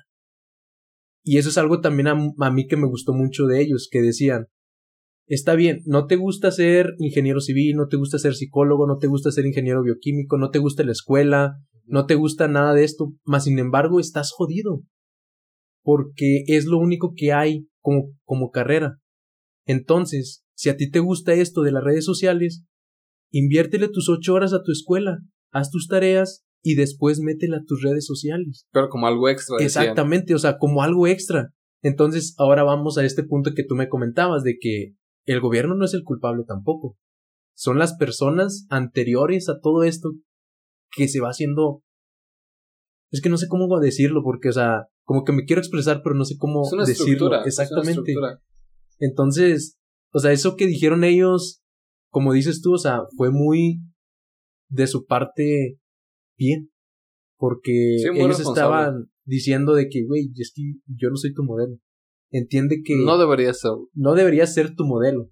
Y eso es algo también a mí que me gustó mucho de ellos, que decían, está bien, no te gusta ser ingeniero civil, no te gusta ser psicólogo, no te gusta ser ingeniero bioquímico, no te gusta la escuela, no te gusta nada de esto, mas sin embargo estás jodido, porque es lo único que hay como carrera. Entonces, si a ti te gusta esto de las redes sociales, inviértele tus 8 horas a tu escuela, haz tus tareas y después métela a tus redes sociales. Pero como algo extra. Exactamente, o sea, como algo extra. Entonces, ahora vamos a este punto que tú me comentabas, de que el gobierno no es el culpable tampoco. Son las personas anteriores a todo esto que se va haciendo... Es que no sé cómo decirlo, porque, o sea, como que me quiero expresar, pero no sé cómo decirlo. Exactamente. Entonces, o sea, eso que dijeron ellos, como dices tú, o sea, fue muy de su parte bien. Porque sí, ellos estaban diciendo de que, güey, es que yo no soy tu modelo. Entiende que... No debería ser. No debería ser tu modelo.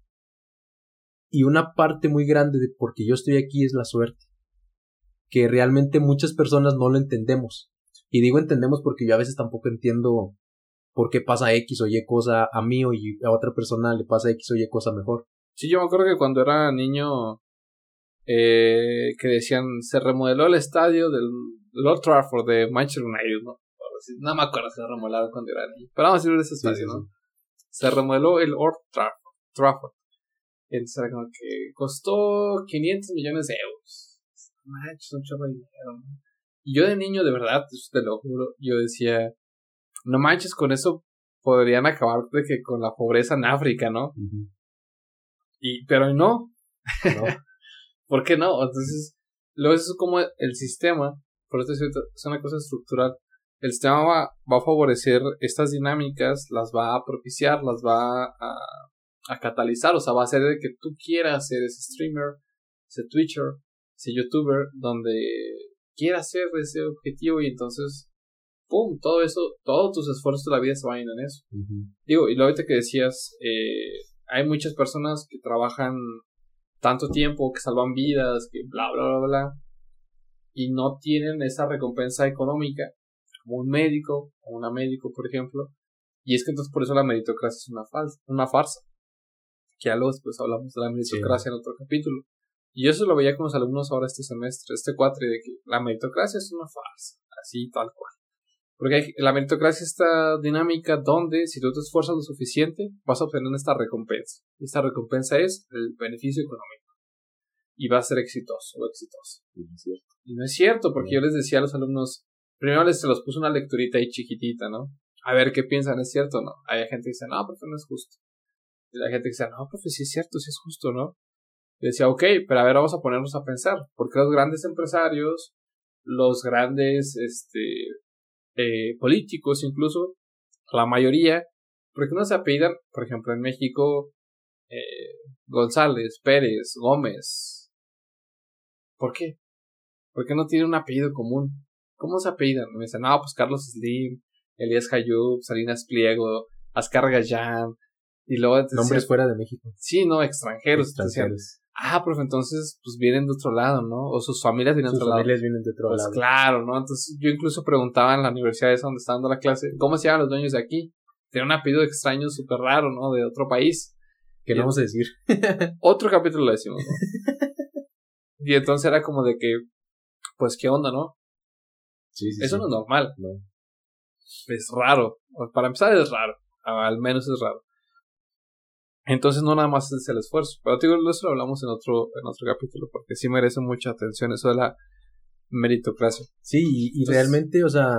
Y una parte muy grande de por qué yo estoy aquí es la suerte. Que realmente muchas personas no lo entendemos. Y digo entendemos porque yo a veces tampoco entiendo por qué pasa X o Y cosa a mí o a otra persona le pasa X o Y cosa mejor. Sí, yo me acuerdo que cuando era niño que decían se remodeló el estadio del Old Trafford de Manchester United, ¿no? No me acuerdo si se remodelaron cuando era niño, pero vamos a decir de ese estadio, sí, ¿no? Sí. Se remodeló el Old Trafford. Entonces era como que costó 500 millones de euros. Manches, un chorro de dinero, ¿no? Y yo de niño, de verdad, te lo juro, yo decía, no manches, con eso podrían acabar de que con la pobreza en África, ¿no? Uh-huh. Pero no. ¿Por qué no? Entonces, luego eso es como el sistema, por eso es una cosa estructural. El sistema va a favorecer estas dinámicas, las va a propiciar, las va a catalizar, o sea, va a hacer que tú quieras ser ese streamer, ese twitcher, ese youtuber, donde quieras ser ese objetivo y entonces, ¡pum!, todo eso, todos tus esfuerzos de la vida se van en eso. Uh-huh. Digo, y lo ahorita que decías, hay muchas personas que trabajan tanto tiempo, que salvan vidas, que bla, bla, bla, bla, y no tienen esa recompensa económica, como un médico, o una médico, por ejemplo, y es que entonces por eso la meritocracia es una farsa, que ya luego después hablamos de la meritocracia en otro capítulo, y yo eso lo veía con los alumnos ahora este semestre, este cuatri, de que la meritocracia es una farsa, así tal cual. Porque la meritocracia es esta dinámica donde si tú te esfuerzas lo suficiente vas a obtener esta recompensa. Y esta recompensa es el beneficio económico. Y va a ser exitoso o exitosa. Y no es cierto, porque yo les decía a los alumnos, primero se los puse una lecturita ahí chiquitita, ¿no? A ver qué piensan, ¿es cierto o no? Hay gente que dice, no, profe, no es justo. Y la gente que dice, no, profe, sí es cierto, sí es justo, ¿no? Y decía, ok, pero a ver, vamos a ponernos a pensar. Porque los grandes empresarios, los grandes, políticos incluso, la mayoría, porque no se apellidan, por ejemplo en México, González, Pérez, Gómez? ¿Por qué? ¿Por qué no tienen un apellido común? ¿Cómo se apellidan? Me dicen, no, pues Carlos Slim, Elías Jayub, Salinas Pliego, Azcar Gallán, y luego nombres fuera de México. Sí, no, extranjeros. Profe, entonces, pues vienen de otro lado, ¿no? O sus familias vienen de otro lado. Sus familias vienen de otro lado. Pues claro, ¿no? Entonces, yo incluso preguntaba en la universidad esa donde estaba dando la clase, ¿cómo se llaman los dueños de aquí? Tienen un apellido extraño, súper raro, ¿no? De otro país. ¿Qué no vamos a decir? Otro capítulo lo decimos, ¿no? Y entonces era como de que, pues, ¿qué onda, no? Sí, eso no es normal. No. Es raro. Para empezar es raro. Al menos es raro. Entonces no nada más es el esfuerzo. Pero digo, eso lo hablamos en otro capítulo, porque sí merece mucha atención eso de la meritocracia. Sí, y entonces, realmente, o sea,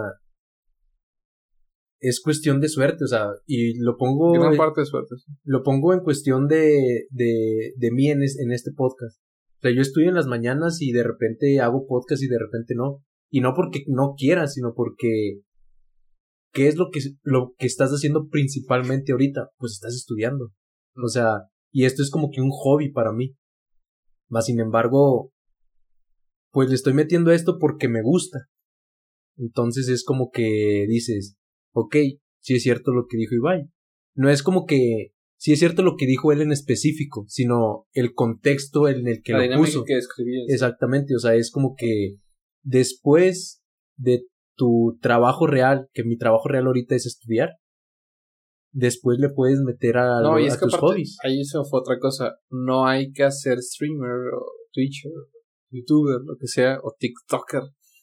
es cuestión de suerte, o sea, y lo pongo... Gran parte de suerte. Sí. Lo pongo en cuestión de mí en este podcast. O sea, yo estudio en las mañanas y de repente hago podcast y de repente no. Y no porque no quiera, sino porque... ¿Qué es lo que estás haciendo principalmente ahorita? Pues estás estudiando. O sea, y esto es como que un hobby para mí. Más sin embargo, pues le estoy metiendo esto porque me gusta. Entonces es como que dices, ok, sí es cierto lo que dijo Ibai. No es como que sí es cierto lo que dijo él en específico, sino el contexto en el que lo puso. Que escribías. Exactamente, o sea, es como que después de tu trabajo real, que mi trabajo real ahorita es estudiar, después le puedes meter a tus hobbies. Ahí eso fue otra cosa. No hay que hacer streamer o twitcher, youtuber, lo que sea, o tiktoker,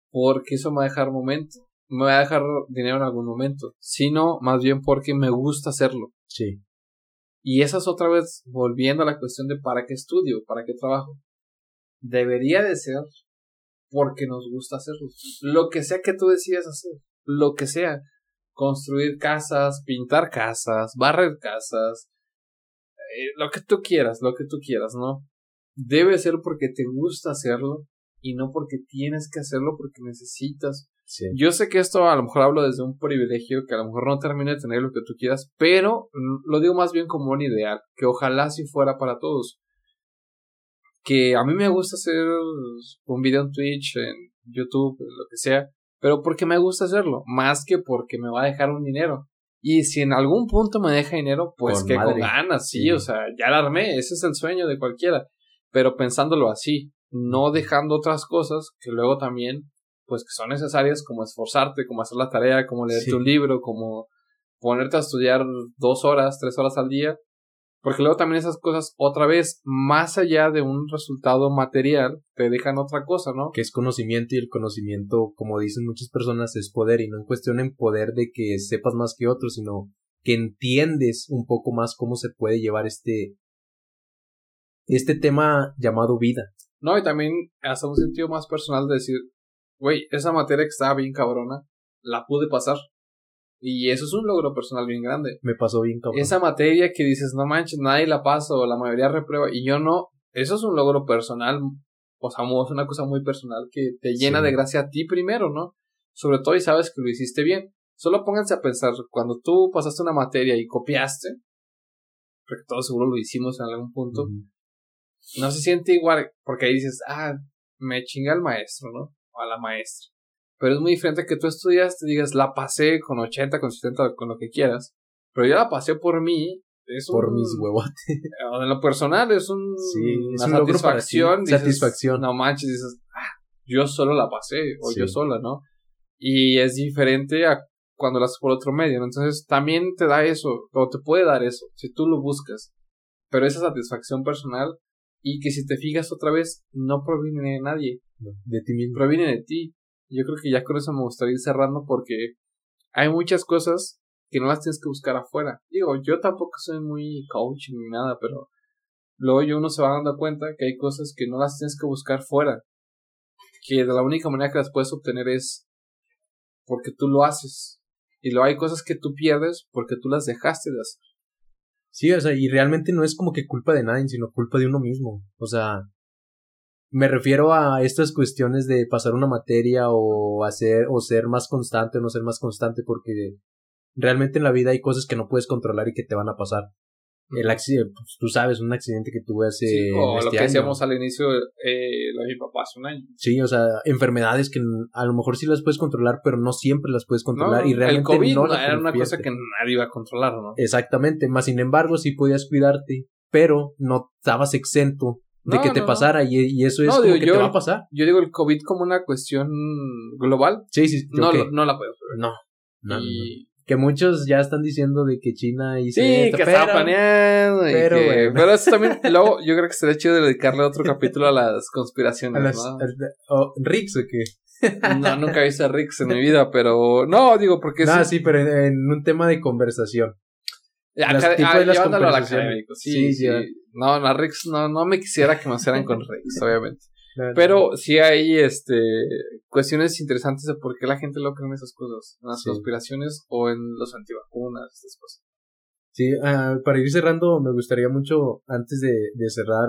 porque eso me va a dejar me va a dejar dinero en algún momento, sino más bien porque me gusta hacerlo. Sí. Y esa es otra vez volviendo a la cuestión de para qué estudio, para qué trabajo. Debería de ser porque nos gusta hacerlo. Lo que sea que tú decidas hacer, lo que sea, construir casas, pintar casas, barrer casas, lo que tú quieras, ¿no? Debe ser porque te gusta hacerlo y no porque tienes que hacerlo porque necesitas. Sí. Yo sé que esto a lo mejor hablo desde un privilegio que a lo mejor no termine de tener lo que tú quieras, pero lo digo más bien como un ideal, que ojalá si fuera para todos. Que a mí me gusta hacer un video en Twitch, en YouTube, lo que sea, pero porque me gusta hacerlo, más que porque me va a dejar un dinero. Y si en algún punto me deja dinero, pues con ganas, sí, o sea, ya la armé, ese es el sueño de cualquiera. Pero pensándolo así, no dejando otras cosas que luego también, pues que son necesarias, como esforzarte, como hacer la tarea, como leerte un libro, como ponerte a estudiar 2 horas, 3 horas al día. Porque luego también esas cosas, otra vez, más allá de un resultado material, te dejan otra cosa, ¿no? Que es conocimiento, y el conocimiento, como dicen muchas personas, es poder, y no en cuestión en poder de que sepas más que otros, sino que entiendes un poco más cómo se puede llevar este tema llamado vida. No, y también hasta un sentido más personal de decir, güey, esa materia que estaba bien cabrona, la pude pasar. Y eso es un logro personal bien grande. Me pasó bien cabrón. Esa materia que dices, no manches, nadie la pasa o la mayoría reprueba y yo no, eso es un logro personal, o sea, es una cosa muy personal que te llena de gracia a ti primero, ¿no? Sobre todo y sabes que lo hiciste bien. Solo pónganse a pensar, cuando tú pasaste una materia y copiaste, porque todos seguro lo hicimos en algún punto, no se siente igual, porque ahí dices, me chinga el maestro, ¿no? O a la maestra. Pero es muy diferente que tú estudias, te digas, la pasé con 80, con 70, con lo que quieras. Pero yo la pasé por mí. Por mis huevotes. En lo personal es una satisfacción. Dices, satisfacción. No manches, dices, yo solo la pasé. O yo sola, ¿no? Y es diferente a cuando la haces por otro medio, ¿no? Entonces también te da eso. O te puede dar eso. Si tú lo buscas. Pero esa satisfacción personal. Y que si te fijas otra vez, no proviene de nadie. No, de ti mismo. Proviene de ti. Yo creo que ya con eso me gustaría ir cerrando porque hay muchas cosas que no las tienes que buscar afuera. Digo, yo tampoco soy muy coach ni nada, pero luego uno se va dando cuenta que hay cosas que no las tienes que buscar fuera. Que de la única manera que las puedes obtener es porque tú lo haces. Y luego hay cosas que tú pierdes porque tú las dejaste de hacer. Sí, o sea, y realmente no es como que culpa de nadie, sino culpa de uno mismo. O sea, me refiero a estas cuestiones de pasar una materia o ser más constante o no ser más constante, porque realmente en la vida hay cosas que no puedes controlar y que te van a pasar. El accidente, pues, tú sabes, un accidente que tuve hace o lo que decíamos al inicio, lo de mi papá hace un año. Sí, o sea, enfermedades que a lo mejor sí las puedes controlar, pero no siempre las puedes controlar. Y realmente el COVID no era una cosa que nadie iba a controlar, ¿no? Exactamente, más sin embargo sí podías cuidarte, pero no estabas exento de que te pasara. Y eso es como que te va a pasar. Yo digo el COVID como una cuestión global. Sí. No la puedo ver. No. Que muchos ya están diciendo de que China hizo esto, que estaba planeando. Pero, bueno. Pero eso también, luego yo creo que sería chido dedicarle otro capítulo a las conspiraciones, ¿no? ¿Rix o qué? No, nunca he visto a Rix en mi vida, pero no, digo, porque sí, pero en un tema de conversación. Llevándolo al académico. Sí. No, a Rix no me quisiera que me hicieran con Rix, obviamente. Pero sí hay cuestiones interesantes de por qué la gente lo cree en esas cosas, en las conspiraciones o en los antivacunas, estas cosas. Sí, para ir cerrando, me gustaría mucho, antes de cerrar,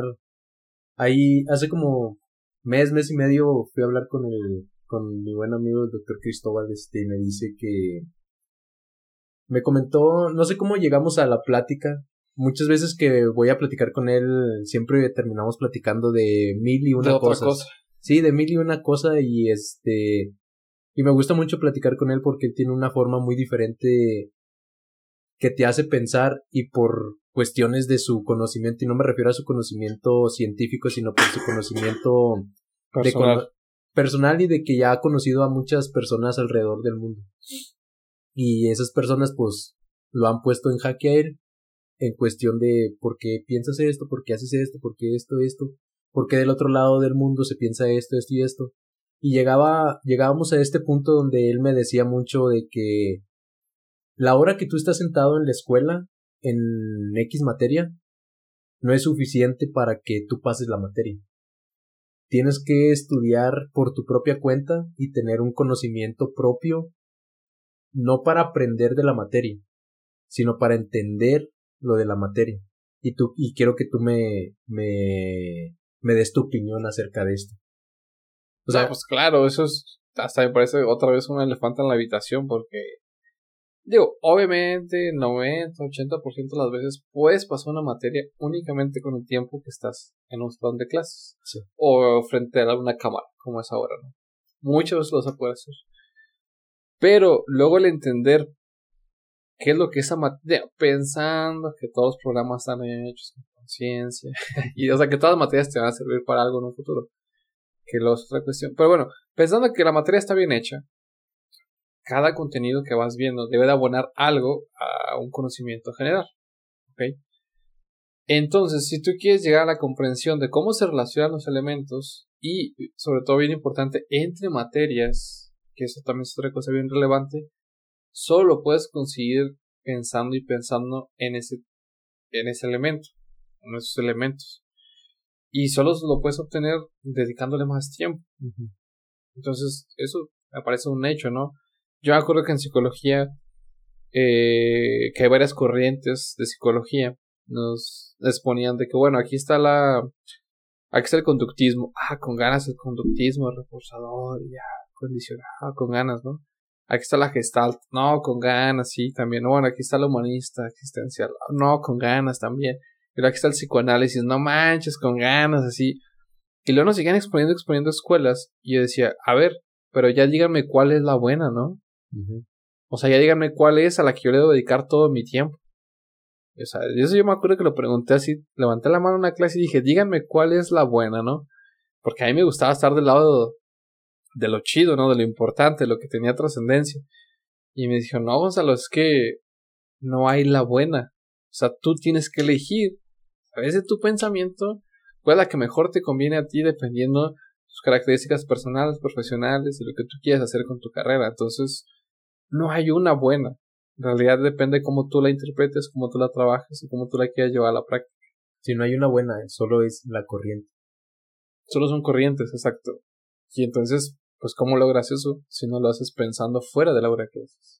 ahí hace como mes y medio fui a hablar con mi buen amigo el doctor Cristóbal, y me dice que me comentó, no sé cómo llegamos a la plática. Muchas veces que voy a platicar con él, siempre terminamos platicando de mil y una cosas. Sí, de mil y una cosa, y me gusta mucho platicar con él porque él tiene una forma muy diferente que te hace pensar, y por cuestiones de su conocimiento, y no me refiero a su conocimiento científico, sino por su conocimiento personal y de que ya ha conocido a muchas personas alrededor del mundo. Y esas personas pues lo han puesto en jaque a él, en cuestión de por qué piensas esto, por qué haces esto, por qué esto, por qué del otro lado del mundo se piensa esto y esto. Y llegábamos a este punto donde él me decía mucho de que la hora que tú estás sentado en la escuela, en X materia, no es suficiente para que tú pases la materia. Tienes que estudiar por tu propia cuenta y tener un conocimiento propio, no para aprender de la materia, sino para entender lo de la materia. Y quiero que tú me des tu opinión acerca de esto. O sea, pues claro, eso es, hasta me parece otra vez un elefante en la habitación, porque, digo, obviamente 90-80% de las veces puedes pasar una materia únicamente con el tiempo que estás en un salón de clases. Sí. O frente a una cámara, como es ahora, ¿no? Muchas veces lo se puede hacer. Pero luego el entender qué es lo que esa materia, pensando que todos los programas están hechos con conciencia, y o sea que todas las materias te van a servir para algo en un futuro. Que lo es otra cuestión. Pero bueno, pensando que la materia está bien hecha, cada contenido que vas viendo debe de abonar algo a un conocimiento general. ¿Ok? Entonces, si tú quieres llegar a la comprensión de cómo se relacionan los elementos y, sobre todo bien importante, entre materias, que eso también es otra cosa bien relevante, solo lo puedes conseguir pensando en ese elemento, en esos elementos. Y solo lo puedes obtener dedicándole más tiempo. Uh-huh. Entonces, eso me parece un hecho, ¿no? Yo me acuerdo que en psicología, que hay varias corrientes de psicología, nos exponían de que, bueno, aquí está el conductismo. Con ganas el conductismo, reforzador, ya, condicionado, con ganas, ¿no? Aquí está la Gestalt, no, con ganas, sí, también. Bueno, aquí está la humanista existencial, no, con ganas también. Pero aquí está el psicoanálisis, no manches, con ganas, así. Y luego nos siguen exponiendo escuelas. Y yo decía, a ver, pero ya díganme cuál es la buena, ¿no? Uh-huh. O sea, ya díganme cuál es a la que yo le debo dedicar todo mi tiempo. O sea, eso yo me acuerdo que lo pregunté así, levanté la mano en una clase y dije, díganme cuál es la buena, ¿no? Porque a mí me gustaba estar del lado de lo chido, ¿no? De lo importante, de lo que tenía trascendencia. Y me dijo, no, Gonzalo, es que no hay la buena. O sea, tú tienes que elegir. A veces tu pensamiento, cuál es la que mejor te conviene a ti dependiendo de tus características personales, profesionales y lo que tú quieres hacer con tu carrera. Entonces, no hay una buena. En realidad depende de cómo tú la interpretes, cómo tú la trabajes y cómo tú la quieras llevar a la práctica. Si no hay una buena, solo es la corriente. Solo son corrientes, exacto. Y entonces, pues, ¿cómo logras eso si no lo haces pensando fuera de la hora que haces?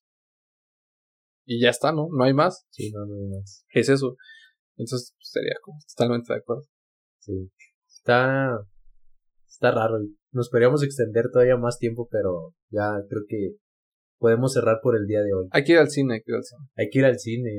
Y ya está, ¿no? No hay más. Sí, no hay más. Es eso. Entonces, pues, sería como totalmente de acuerdo. Sí. Está raro. Nos podríamos extender todavía más tiempo, pero ya creo que podemos cerrar por el día de hoy. Hay que ir al cine, Hay que ir al cine.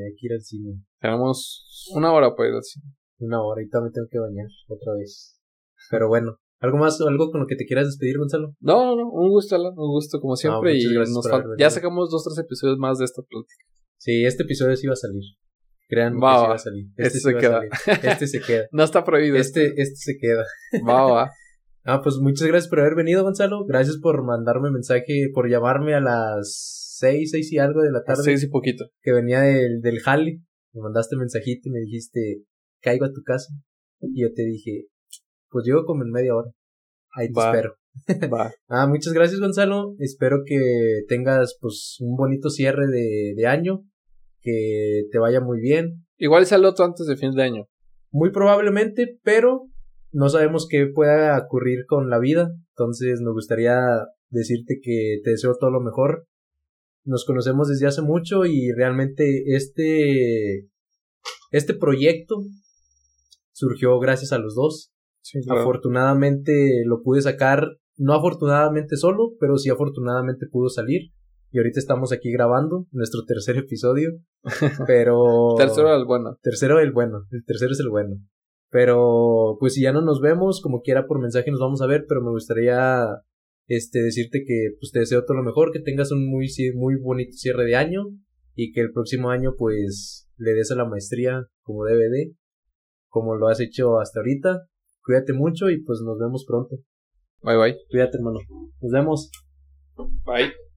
Tenemos 1 hora para ir al cine. 1 hora, ahorita me tengo que bañar otra vez. Pero bueno, ¿algo más, algo con lo que te quieras despedir, Gonzalo? No, un gusto, Alan, un gusto como siempre. Y ya sacamos 2-3 episodios más de esta plática. Sí, este episodio sí va a salir. Créanme que sí va a salir. Este se queda. Este se queda. No está prohibido. Este se queda. Va. Pues muchas gracias por haber venido, Gonzalo. Gracias por mandarme mensaje, por llamarme a las 6 y algo de la tarde. 6 y poquito. Que venía del jale. Me mandaste mensajito y me dijiste, caigo a tu casa. Y yo te dije, pues llego como en media hora. Ahí te espero. Va. Muchas gracias, Gonzalo. Espero que tengas pues un bonito cierre de año. Que te vaya muy bien. Igual sale otro antes de fin de año. Muy probablemente, pero no sabemos qué pueda ocurrir con la vida. Entonces me gustaría decirte que te deseo todo lo mejor. Nos conocemos desde hace mucho y realmente este proyecto surgió gracias a los dos. Sí, claro. Afortunadamente lo pude sacar, no afortunadamente solo, pero sí afortunadamente pudo salir. Y ahorita estamos aquí grabando nuestro tercer episodio, pero... Tercero es el bueno. El tercero es el bueno. Pero, pues si ya no nos vemos, como quiera por mensaje nos vamos a ver, pero me gustaría decirte que pues te deseo todo lo mejor, que tengas un muy bonito cierre de año y que el próximo año pues le des a la maestría como debe de, como lo has hecho hasta ahorita. Cuídate mucho y pues nos vemos pronto. Bye. Cuídate, hermano. Nos vemos. Bye.